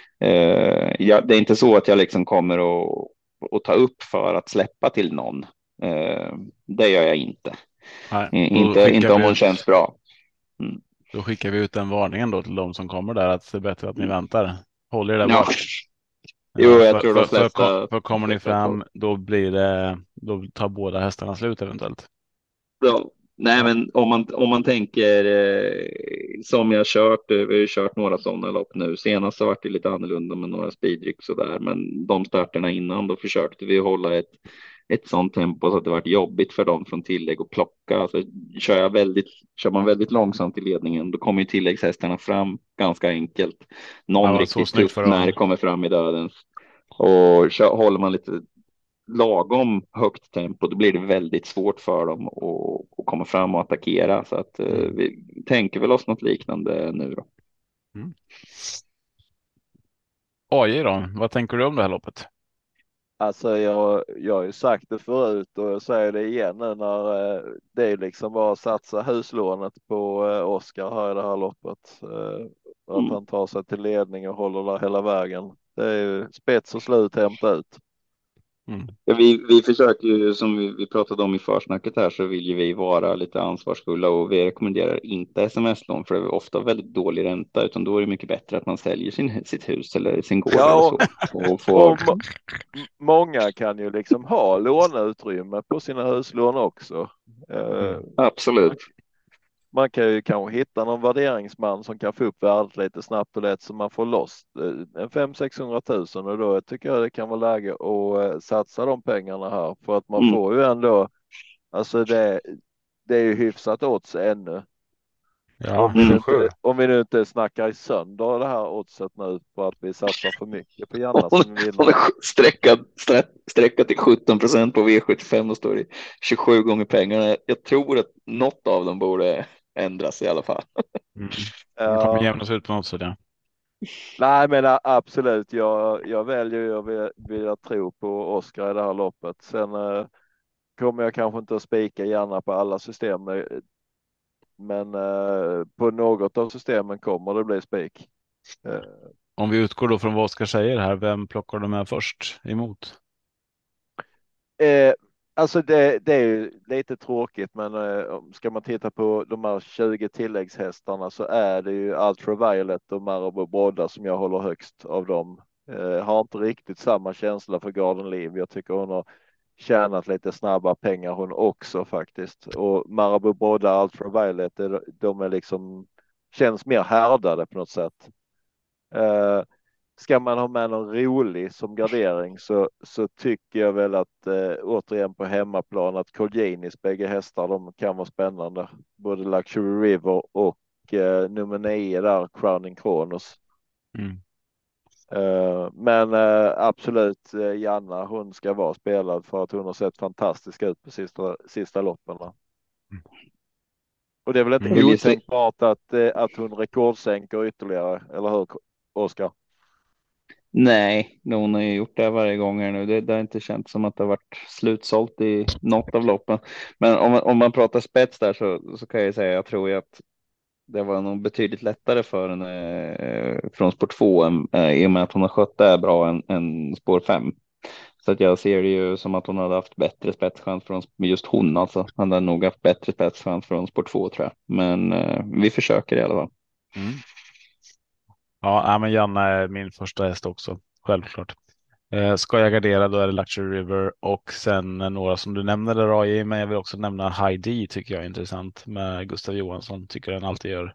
F: eh, ja, det är inte så att jag liksom kommer att, att ta upp för att släppa till någon. Eh, det gör jag inte.
B: Nej,
F: inte inte om hon
B: ut,
F: känns bra.
B: Mm. Då skickar vi ut den varningen då till de som kommer där, att det är bättre att ni väntar. Håll er där
F: Ja.
B: bak.
F: Jo, jag
B: för,
F: tror de
B: för,
F: flesta...
B: för, för kommer ni fram, då blir det, då tar båda hästarna slut eventuellt.
F: Ja, nej,
B: Ja.
F: men om man, om man tänker eh, som jag kört, vi har ju kört några sådana lopp nu. Senast så var det lite annorlunda med några speedryck sådär, men de starterna innan, då försökte vi hålla ett, ett sådant tempo så att det var jobbigt för dem från tillägg att plocka. Alltså, kör, jag väldigt, kör man väldigt långsamt i ledningen, då kommer ju tilläggshästarna fram ganska enkelt. Någon
B: Ja,
F: riktigt tuff när det kommer fram i döden. Och kör, håller man lite lagom högt tempo, då blir det väldigt svårt för dem att, att komma fram och attackera. Så att mm. eh, vi tänker väl oss något liknande nu då.
B: Mm. A J då, vad tänker du om det här loppet?
E: Alltså jag, jag har ju sagt det förut och jag säger det igen nu, när eh, det är liksom bara att satsa huslånet på eh, Oscar här i det här loppet. Eh, att
F: Mm.
E: han tar sig till ledning och håller där hela vägen. Det är ju spets och slut, hämta ut.
B: Mm.
F: Ja, vi, vi försöker ju, som vi, vi pratade om i försnacket här, så vill ju vi vara lite ansvarsfulla och vi rekommenderar inte sms-lån, för det är ofta väldigt dålig ränta, utan då är det mycket bättre att man säljer sin, sitt hus eller sin gård.
E: Ja,
F: eller så, och får...
E: och må- många kan ju liksom ha låneutrymme på sina huslån också. Eh,
F: Absolut.
E: Man kan ju kanske hitta någon värderingsman som kan få upp värdet lite snabbt och lätt så man får loss en fem sexhundra tusen, och då tycker jag det kan vara läge att satsa de pengarna här, för att man
F: Mm.
E: får ju ändå, alltså det, det är ju hyfsat odds ännu.
B: Ja,
E: om, vi nu
B: sju.
E: inte, om vi nu inte snackar i sönder det här oddset nu på att vi satsar för mycket på Janna som vill.
F: Hon är sträckad, sträckad till sjutton procent på V sjuttiofem och står i tjugosju gånger pengarna. Jag tror att något av dem borde ändras i alla fall.
B: Mm. Det kommer jämnas ut på något sätt, ja.
E: Nej, men absolut. Jag, jag väljer ju att vilja, vilja tro på Oscar i det här loppet. Sen eh, kommer jag kanske inte att spika gärna på alla system. Men eh, på något av systemen kommer det bli spik. Eh.
B: Om vi utgår då från vad Oskar säger här, vem plockar de med först emot?
E: Eh, alltså det, det är ju lite tråkigt, men eh, ska man titta på de här tjugo tilläggshästarna så är det ju Ultraviolet och Marabou Brodda som jag håller högst av dem. Eh, har inte riktigt samma känsla för Garden Leave. Jag tycker hon har tjänat lite snabba pengar hon också faktiskt. Och Marabou Brodda och Ultraviolet, de är liksom, känns mer härdade på något sätt. Eh, ska man ha med någon rolig som gardering så, så tycker jag väl att eh, återigen på hemmaplan att Colginis bägge hästar, de kan vara spännande. Både Luxury River och eh, nummer nio där, Crowning Kronos.
B: Mm.
E: Uh, men uh, absolut, uh, Janna, hon ska vara spelad för att hon har sett fantastisk ut på sista, sista loppen. Mm. Och det är väl inte
B: Mm.
E: otänkbart att, uh, att hon rekordsänker ytterligare, eller hur, Oskar?
F: Nej, hon har ju gjort det varje gång här nu. Det, det har inte känts som att det har varit slutsålt i något av loppen. Men om, om man pratar spets där så, så kan jag säga, jag tror ju att det var nog betydligt lättare för henne eh, från spår två eh, i och med att hon har skött det bra än, än spår fem. Så att jag ser det ju som att hon hade haft bättre spetschans från just hon alltså. Han hade nog haft bättre spetschans från spår två tror jag. Men eh, vi försöker i alla fall.
B: Mm. Ja, men Janna är min första häst också, självklart. Eh, ska jag gardera då är det Luxury River och sen några som du nämnde där Roy, men jag vill också nämna Heidi tycker jag är intressant med Gustav Johansson, tycker han alltid gör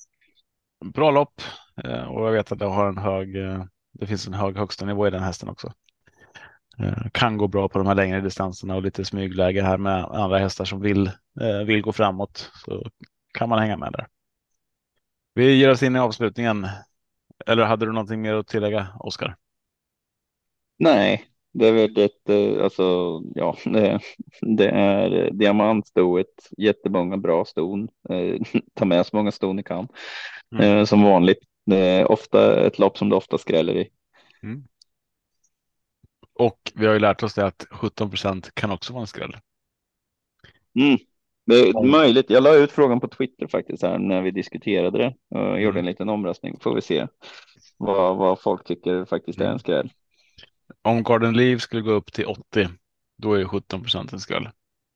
B: bra lopp eh, och jag vet att jag har en hög, eh, det finns en hög högsta nivå i den hästen också. Eh, kan gå bra på de här längre distanserna och lite smygläge här med andra hästar som vill, eh, vill gå framåt, så kan man hänga med där. Vi ger oss in i avslutningen. Eller hade du någonting mer att tillägga, Oskar?
F: Nej, det är väl ett, eh, alltså, ja, det, det är diamantstoet, jättemånga bra ston. Eh, ta med så många ston ni kan.
B: Mm.
F: Eh, som vanligt. Det är ofta ett lopp som det ofta skräller i.
B: Mm. Och vi har ju lärt oss det att sjutton procent kan också vara en skräll.
F: Mm. Det är
B: Om-
F: möjligt. Jag la ut frågan på Twitter faktiskt här när vi diskuterade det. Och gjorde
B: Mm.
F: en liten omröstning. Får vi se vad, vad folk tycker faktiskt är
B: Mm.
F: en skräll.
B: Om Garden Leaf skulle gå upp till åttio, då är sjutton procent en skräll.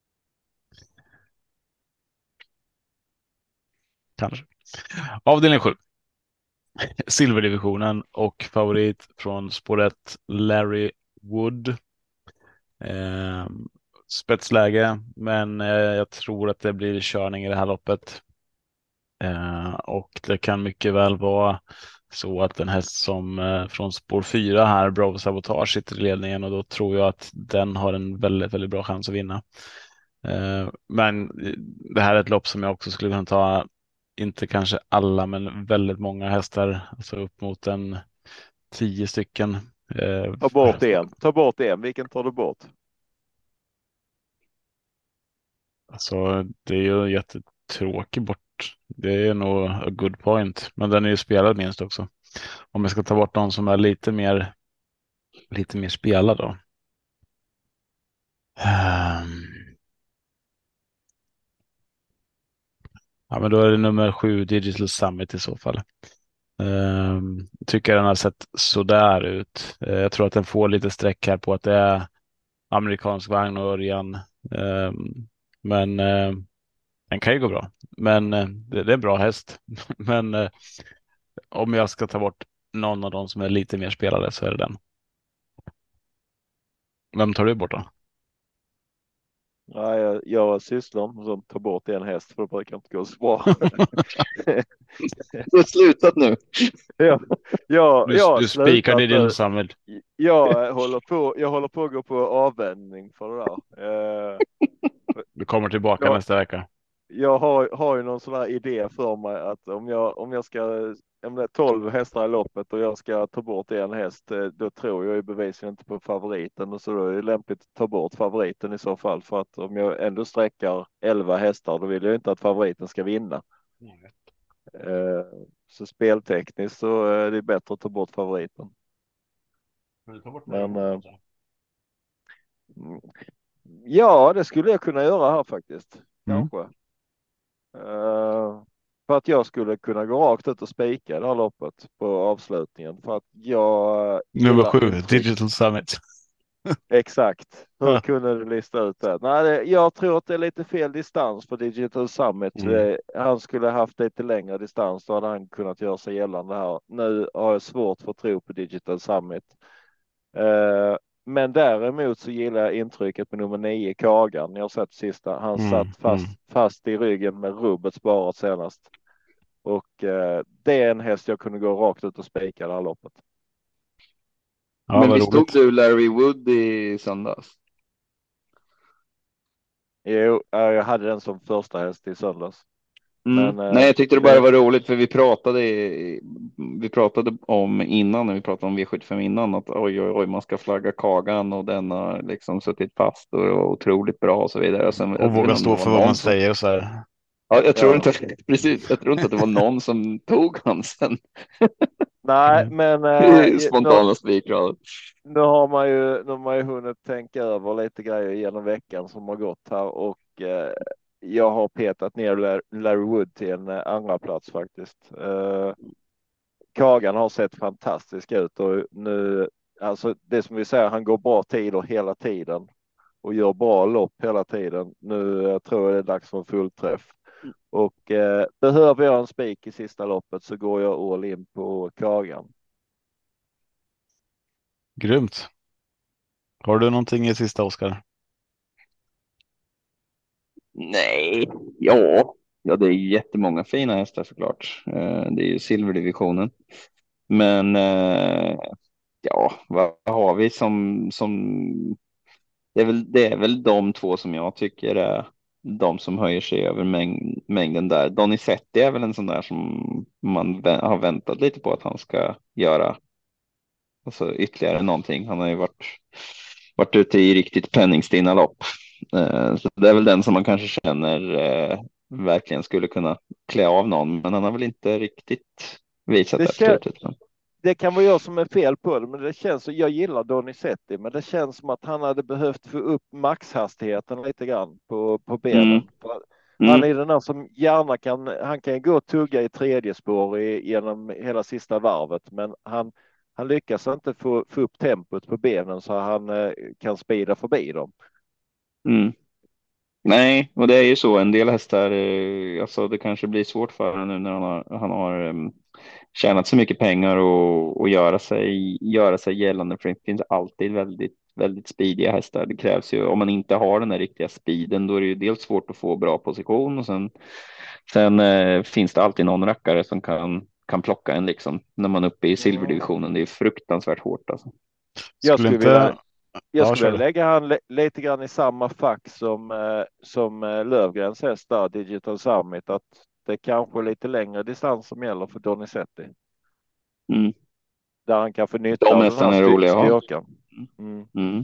B: Kanske. Avdelning sju. Silverdivisionen och favorit från spår ett, Larry Wood. Eh, spetsläge, men eh, jag tror att det blir körning i det här loppet. Eh, och det kan mycket väl vara så att en häst som eh, från spår fyra här, Bravo Sabotage, sitter i ledningen och då tror jag att den har en väldigt, väldigt bra chans att vinna. Eh, men det här är ett lopp som jag också skulle kunna ta, inte kanske alla, men väldigt många hästar, alltså upp mot en tio stycken. Eh,
E: Ta bort en, ta bort en, vilken tar du bort?
B: Alltså det är ju jättetråkigt bort. Det är nog a good point, men den är ju spelad minst också. Om jag ska ta bort någon som är lite mer lite mer spelad då. Um, ja, men då är det nummer sju, Digital Summit i så fall. Um, tycker den har sett sådär ut. Uh, jag tror att den får lite streck här på att det är amerikansk vagn och Örjan. Um, men uh, den kan ju gå bra. Men uh, det, det är en bra häst. men uh, om jag ska ta bort någon av dem som är lite mer spelade så är det den. Vem tar du bort då?
E: Ja, jag, jag sysslar med att ta bort en häst för det brukar inte gå så bra.
F: Du har slutat nu.
E: ja, ja,
B: Du,
E: jag
B: du spikar
E: slutat
B: din
E: nu.
B: Summit.
E: Jag håller på, jag håller på att gå på avvändning för det där. Eh,
B: Du kommer tillbaka
E: Ja.
B: nästa vecka.
E: jag har, har ju någon sån här idé för mig att om jag, om jag ska, om det är tolv hästar i loppet och jag ska ta bort en häst, eh, då tror jag ju bevisligen inte på favoriten, och så då är det lämpligt att ta bort favoriten i så fall, för att om jag ändå sträckar elva hästar, då vill jag inte att favoriten ska vinna. Eh, så speltekniskt så är det bättre att ta bort favoriten. Men eh, ja, det skulle jag kunna göra här faktiskt.
B: Mm.
E: Kanske. Uh, för att jag skulle kunna gå rakt ut och spika det här loppet på avslutningen. För att jag...
B: Nummer
E: gillar
B: sju,
E: intryck.
B: Digital Summit.
E: Exakt. Hur
B: Ja.
E: kunde du lista ut det? Nej, det, jag tror att det är lite fel distans på Digital Summit.
B: Mm.
E: Eh, Han skulle haft lite längre distans, då hade han kunnat göra sig gällande här. Nu har jag svårt för att tro på Digital Summit. Uh, men däremot så gillar jag intrycket med nummer nio, Kagan. Jag har sett sista. Han
B: Mm,
E: satt fast,
B: mm.
E: fast i ryggen med rubbet sparat senast. Och uh, det är en häst jag kunde gå rakt ut och spika det här loppet.
B: Ja,
F: Men
B: vad
F: visst
B: roligt.
F: tog du Larry Wood i söndags?
E: Jo, ja, jag hade den som första häst i söndags.
F: Mm.
E: Men eh,
F: Nej, jag tyckte det bara
E: det,
F: var roligt för vi pratade, i- vi pratade om innan, när vi pratade om V sjuttiofem innan, att oj, oj, oj, man ska flagga Kagan och den har liksom suttit fast och var otroligt bra och så vidare. Och sen, jag
B: Och
F: vet
B: våga
F: inte om det
B: stå
F: var
B: för vad man
F: någon som,
B: säger och så här.
F: ja, jag tror
E: ja.
F: inte, precis, jag tror inte att det var någon som tog han sen.
E: Nej,
B: Mm.
E: men eh, nu,
F: Spontana spikrad.
E: nu har man ju, nu har man ju hunnit tänka över lite grejer genom veckan som har gått här och eh, jag har petat ner Lar- Larry Wood till en eh, andra plats faktiskt. Eh, Kagan har sett fantastisk ut och nu, alltså det som vi säger, han går bra tider hela tiden och gör bra lopp hela tiden. Nu eh, tror jag det är dags för en fullträff. Och eh, behöver jag en spik i sista loppet så går jag all in på Kagan.
B: Grymt. Har du någonting i sista, Oskar?
F: Nej, ja, ja, det är ju jättemånga fina hästar såklart. Eh, Det är ju silverdivisionen. Men eh, ja, vad har vi som, som det är väl, det är väl de två som jag tycker är de som höjer sig över mäng, mängden där. Donizetti är väl en sån där som man vä- har väntat lite på att han ska göra. Alltså ytterligare någonting. Han har ju varit, varit ute i riktigt penningstinna lopp. Eh, Så det är väl den som man kanske känner eh, verkligen skulle kunna klä av någon. Men han har väl inte riktigt visat
E: Det,
F: det på
E: kän,
F: slutet.
E: det kan vara jag som är fel på det, men det känns, jag gillar Donizetti, men det känns som att han hade behövt få upp maxhastigheten lite grann på, på
F: Mm,
E: benen. För han
F: mm,
E: är den där som gärna kan, han kan gå och tugga i tredje spår i, genom hela sista varvet, men han, han lyckas inte få, få upp tempot på benen så han eh, kan spida förbi dem.
F: mm. Nej, och det är ju så. En del hästar, eh, alltså det kanske blir svårt för honom nu när han har, han har em, tjänat så mycket pengar och, och göra sig, göra sig gällande. För det finns alltid väldigt, väldigt speediga hästar. Det krävs ju, om man inte har den där riktiga speeden, då är det ju dels svårt att få bra position och sen, sen eh, finns det alltid någon rackare som kan, kan plocka en liksom när man är uppe i silverdivisionen. Det är fruktansvärt hårt alltså.
E: Jag
B: Skulle
E: skulle vilja
B: inte...
E: Jag
B: Ja,
E: skulle
B: kör
E: vilja
B: du.
E: lägga han li- lite grann i samma fack som, eh, som eh, Lövgrens häst där, Digital Summit, att det är kanske lite längre distans som gäller för Donizetti.
F: Mm.
E: Där han kan få nytta
F: De
E: av den här
F: hästarna är
E: styr
F: roliga att ha.
E: styrkan. Mm.
F: Mm.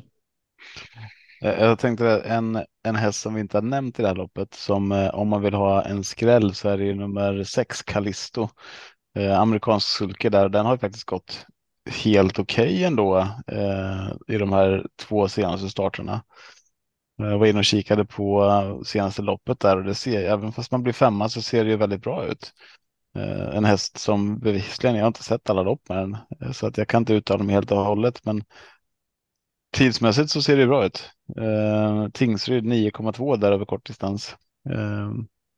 B: Eh, Jag tänkte en, en häst som vi inte har nämnt i det här loppet, som eh, om man vill ha en skräll så är det ju nummer sex, Callisto. Eh, amerikansk sulke där. Den har ju faktiskt gått helt okej ändå eh, i de här två senaste starterna. Jag var inne och kikade på eh, senaste loppet där och det ser, även fast man blir femma så ser det ju väldigt bra ut. Eh, en häst som bevisligen, jag har inte sett alla lopp med den, eh, så att jag kan inte uttala mig helt och hållet, men tidsmässigt så ser det bra ut. Eh, Tingsryd nio komma två där över kortdistans. Eh,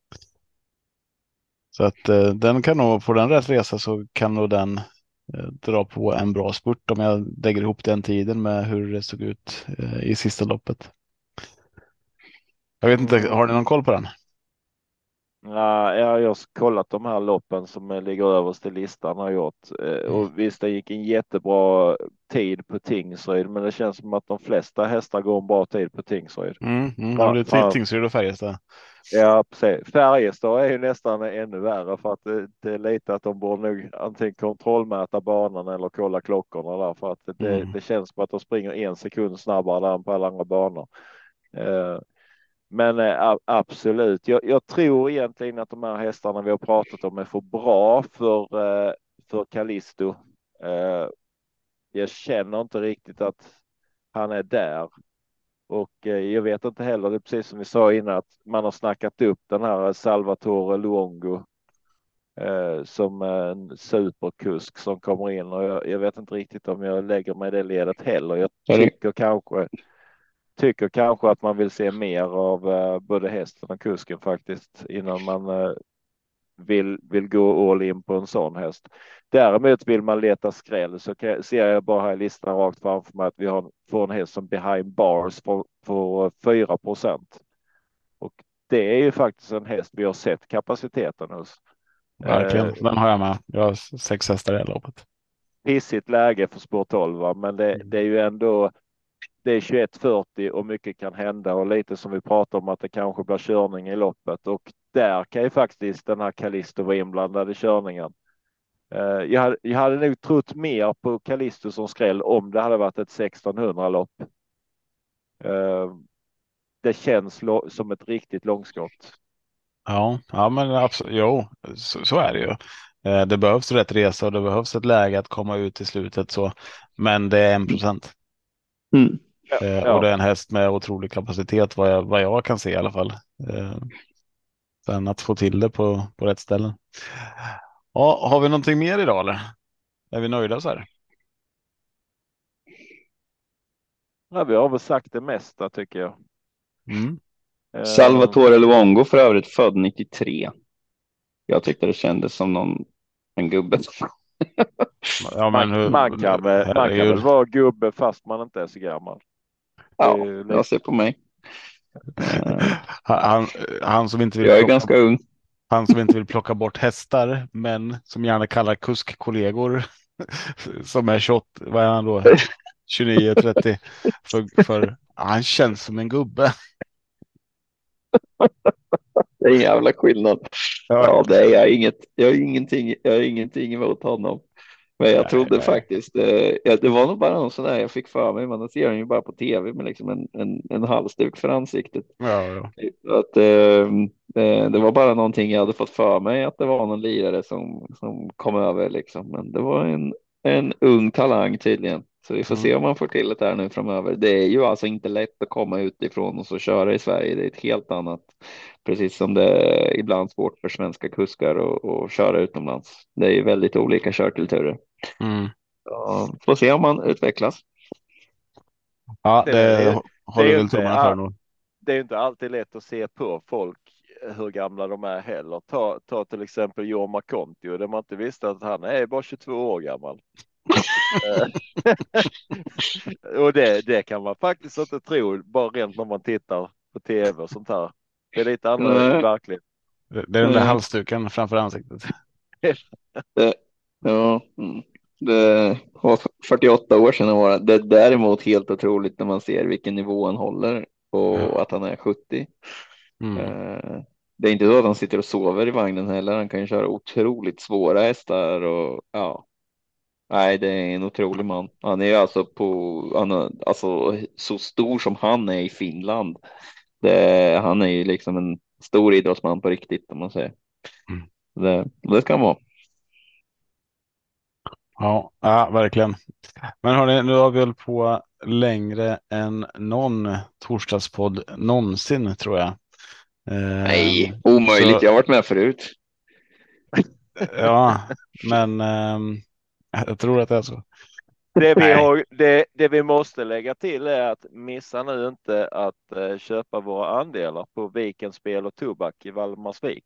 B: så att eh, den kan nog, på den rätt resa så kan nog den eh, dra på en bra spurt om jag lägger ihop den tiden med hur det såg ut eh, i sista loppet. Jag vet inte,
E: Mm.
B: har ni någon koll på den?
E: Ja, jag har just kollat de här loppen som eh, ligger överst i listan har gjort. Eh, Och visst, det gick en jättebra tid på Tingsryd, men det känns som att de flesta hästar går en bra tid på Tingsryd.
B: Mm, mm, ja,
E: Fra-
B: det är Ti-
E: fra-
B: Tingsryd och Färjestad.
E: Ja, precis. Färjestad är ju nästan ännu värre för att det, det är lite att de borde nog antingen kontrollmäta banan eller kolla klockorna där för att det,
B: Mm.
E: det känns som att de springer en sekund snabbare där än på alla andra banor. Eh, men eh, a- absolut, jag, jag tror egentligen att de här hästarna vi har pratat om är för bra för, eh, för Callisto. Eh, jag känner inte riktigt att han är där. Och eh, jag vet inte heller, det är precis som vi sa innan, att man har snackat upp den här Salvatore Luongo eh, som en superkusk som kommer in och jag, jag vet inte riktigt om jag lägger mig i det ledet heller. Jag
F: Så är det-
E: tycker kanske, tycker kanske att man vill se mer av eh, både hästen och kusken faktiskt innan man eh, vill, vill gå all in på en sån häst. Däremot vill man leta skräll så kan, ser jag bara här i listan rakt framför mig att vi har, får en häst som behind bars för, för fyra procent. Och det är ju faktiskt en häst vi har sett kapaciteten hos.
B: Verkligen,
E: Eh,
B: den har jag med. Jag har sex hästar i det här loppet.
E: pissigt läge för spår tolv, va? Men det, det är ju ändå det är tjugoett fyrtio och mycket kan hända och lite som vi pratar om att det kanske blir körning i loppet och där kan ju faktiskt den här Callisto vara inblandad i körningen. Uh, jag, hade, jag hade nog trott mer på Callisto som skräll om det hade varit ett sextonhundra lopp. Uh, det känns lo- som ett riktigt långskott.
B: Ja, ja men absolut. Jo, så, så är det ju. Eh, det behövs rätt resa och det behövs ett läge att komma ut i slutet så. Men det är en procent.
F: Mm.
B: Eh,
E: Ja.
B: och det är en häst med otrolig kapacitet vad jag, vad jag kan se i alla fall. Eh, sen att få till det på, på rätt ställen. Ja, har vi någonting mer idag eller? Är vi nöjda så här?
E: Ja, vi har väl sagt det mesta tycker jag.
B: Mm.
E: Uh,
F: Salvatore Luongo för övrigt född nittiotre. Jag tyckte det kändes som någon en gubbe.
B: Ja, men
E: man,
B: hur,
E: man, kan väl, man kan
B: herregud.
E: väl vara gubbe fast man inte är så gammal. Det är
F: Ja,
E: ju lite-
F: jag ser på mig. Eh,
B: Han, han som inte vill
F: Jag är
B: plocka,
F: ganska ung.
B: han som inte vill plocka bort hästar, men som gärna kallar kuskkollegor som är tjugoåtta, vad är han då? tjugonio trettio för, för han känns som en gubbe.
F: Det är en jävla skillnad.
B: Ja.
F: Ja, det är jag inget. Jag har ingenting. Jag har ingenting emot honom. Men jag
B: Nej,
F: trodde
B: nej.
F: faktiskt. Eh, ja, det var nog bara någon sån där jag fick för mig. Man ser den ju bara på tv med liksom en, en, en halsduk för ansiktet.
B: Ja, ja.
F: Så att, eh, eh, det var bara någonting jag hade fått för mig att det var någon lirare som, som kom över liksom. Men det var en, en ung talang tydligen. Så vi får
B: Mm.
F: se om man får till det här nu framöver. Det är ju alltså inte lätt att komma utifrån och så köra i Sverige. Det är ett helt annat, precis som det är ibland svårt för svenska kuskar att, att köra utomlands. Det är ju väldigt olika körkulturer.
B: Mm.
F: Så får se om man utvecklas.
B: Ja,
E: Det
B: det,
E: är- det
B: håller
E: är
B: väl
E: inte
B: tummarna
E: all-
B: för nog.
E: det är inte alltid lätt att se på folk hur gamla de är heller. Ta, ta till exempel Jorma Kontio, där man inte visste att han är bara tjugotvå år gammal. Och det, det kan man faktiskt inte tro, bara rent när man tittar på tv och sånt här. Det är lite annorlunda
F: Nej.
E: i verkligheten.
B: Det det är den där
F: Mm.
B: halsduken framför ansiktet.
F: Ja, mm. Det var fyrtioåtta år sedan han var det. Det är däremot helt otroligt när man ser vilken nivå han håller och
B: Ja.
F: att han är sjuttio.
B: Mm.
F: Eh, Det är inte så att han sitter och sover i vagnen heller. Han kan ju köra otroligt svåra hästar och ja. Nej, det är en otrolig man. Han är alltså på, han är, alltså så stor som han är i Finland. Det, han är ju liksom en stor idrottsman på riktigt om man säger.
B: Mm.
F: Det, det ska han vara.
B: Ja, ja, verkligen. Men hörni, nu har vi väl på längre än någon torsdagspodd någonsin tror jag. Eh,
F: Nej, omöjligt.
B: så-
F: Jag har varit med förut.
B: Ja, men ehm, jag tror att det är så.
E: Det vi,
B: Nej.
E: har, det, det vi måste lägga till är att missa nu inte att eh, köpa våra andelar på Vikens spel och tobak i Valdemarsvik.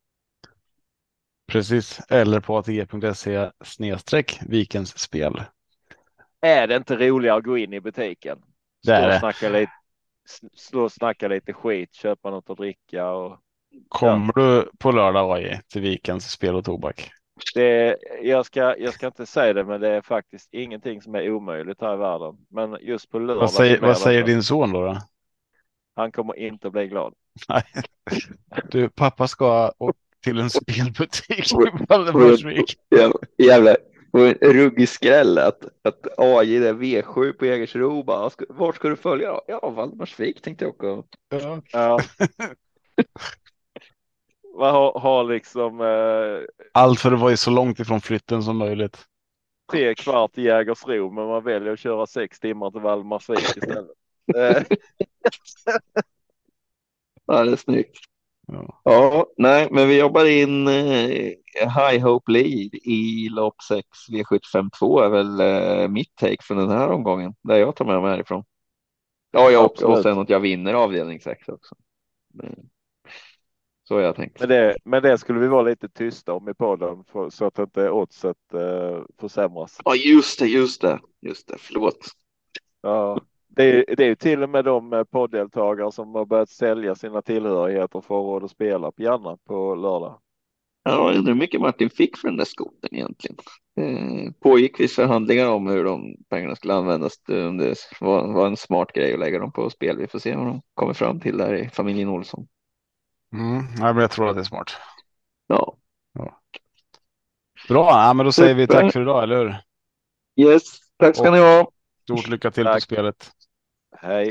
B: Precis, eller på ate.se snedstreck Vikens spel.
E: Är det inte roligare att gå in i butiken?
B: Det är
E: Stå och
B: det.
E: snacka lite, stå och snacka lite skit, köpa något att dricka och
B: Kommer du på lördag A I till Vikens spel och tobak?
E: det, jag, ska, jag ska inte säga det, men det är faktiskt ingenting som är omöjligt här i världen. Men just på lördag.
B: Vad säger,
E: så är
B: vad
E: det
B: säger
E: inte.
B: din son då? då?
E: Han kommer inte bli glad.
B: Nej. Du, pappa ska åka till en spelbutik i Valdemarsvik.
F: Jävla, jävla och en ruggig skräll att, att A J är V sju på Jägersro. Bara, ska, vart ska du följa då? Ja, Valdemarsvik tänkte jag åka.
B: Ja.
E: Ja. Man har, har liksom eh,
B: Allt för att vara så långt ifrån flytten som möjligt.
E: tre kvart i Jägersro, men man väljer att köra sex timmar till Valdemarsvik istället. Eh,
F: Ja, det är snyggt.
B: Ja.
F: Ja, nej, men vi jobbar in eh, High Hope Lead i lopp sex V sjuttiofem två är väl eh, mitt take för den här omgången. Där jag tar med mig härifrån. Ja, jag också. Och
E: Absolut.
F: sen att jag vinner avdelning sex också. Men, så har jag tänkt.
E: Men det, men det skulle vi vara lite tysta om i podden för, så att inte oddset eh, försämras.
F: Ja, just det, just det. Just det, förlåt.
E: Ja, det, är- det är ju till och med de eh, podddeltagare som har börjat sälja sina tillhörigheter för att ha råd att spela på Janna på lördag.
F: Ja, jag undrar hur mycket Martin fick för den där skoten egentligen. Eh, pågick vissa förhandlingar om hur de pengarna skulle användas. Om det var, var en smart grej att lägga dem på spel. Vi får se vad de kommer fram till där i familjen Olsson.
B: Mm, ja, men jag tror att det är smart.
F: Ja.
B: Ja. Bra, ja, men då säger vi tack för idag, eller hur?
F: Yes, tack ska
B: Och
F: ni ha.
B: stort lycka till
E: Tack.
B: på spelet.
E: Hej.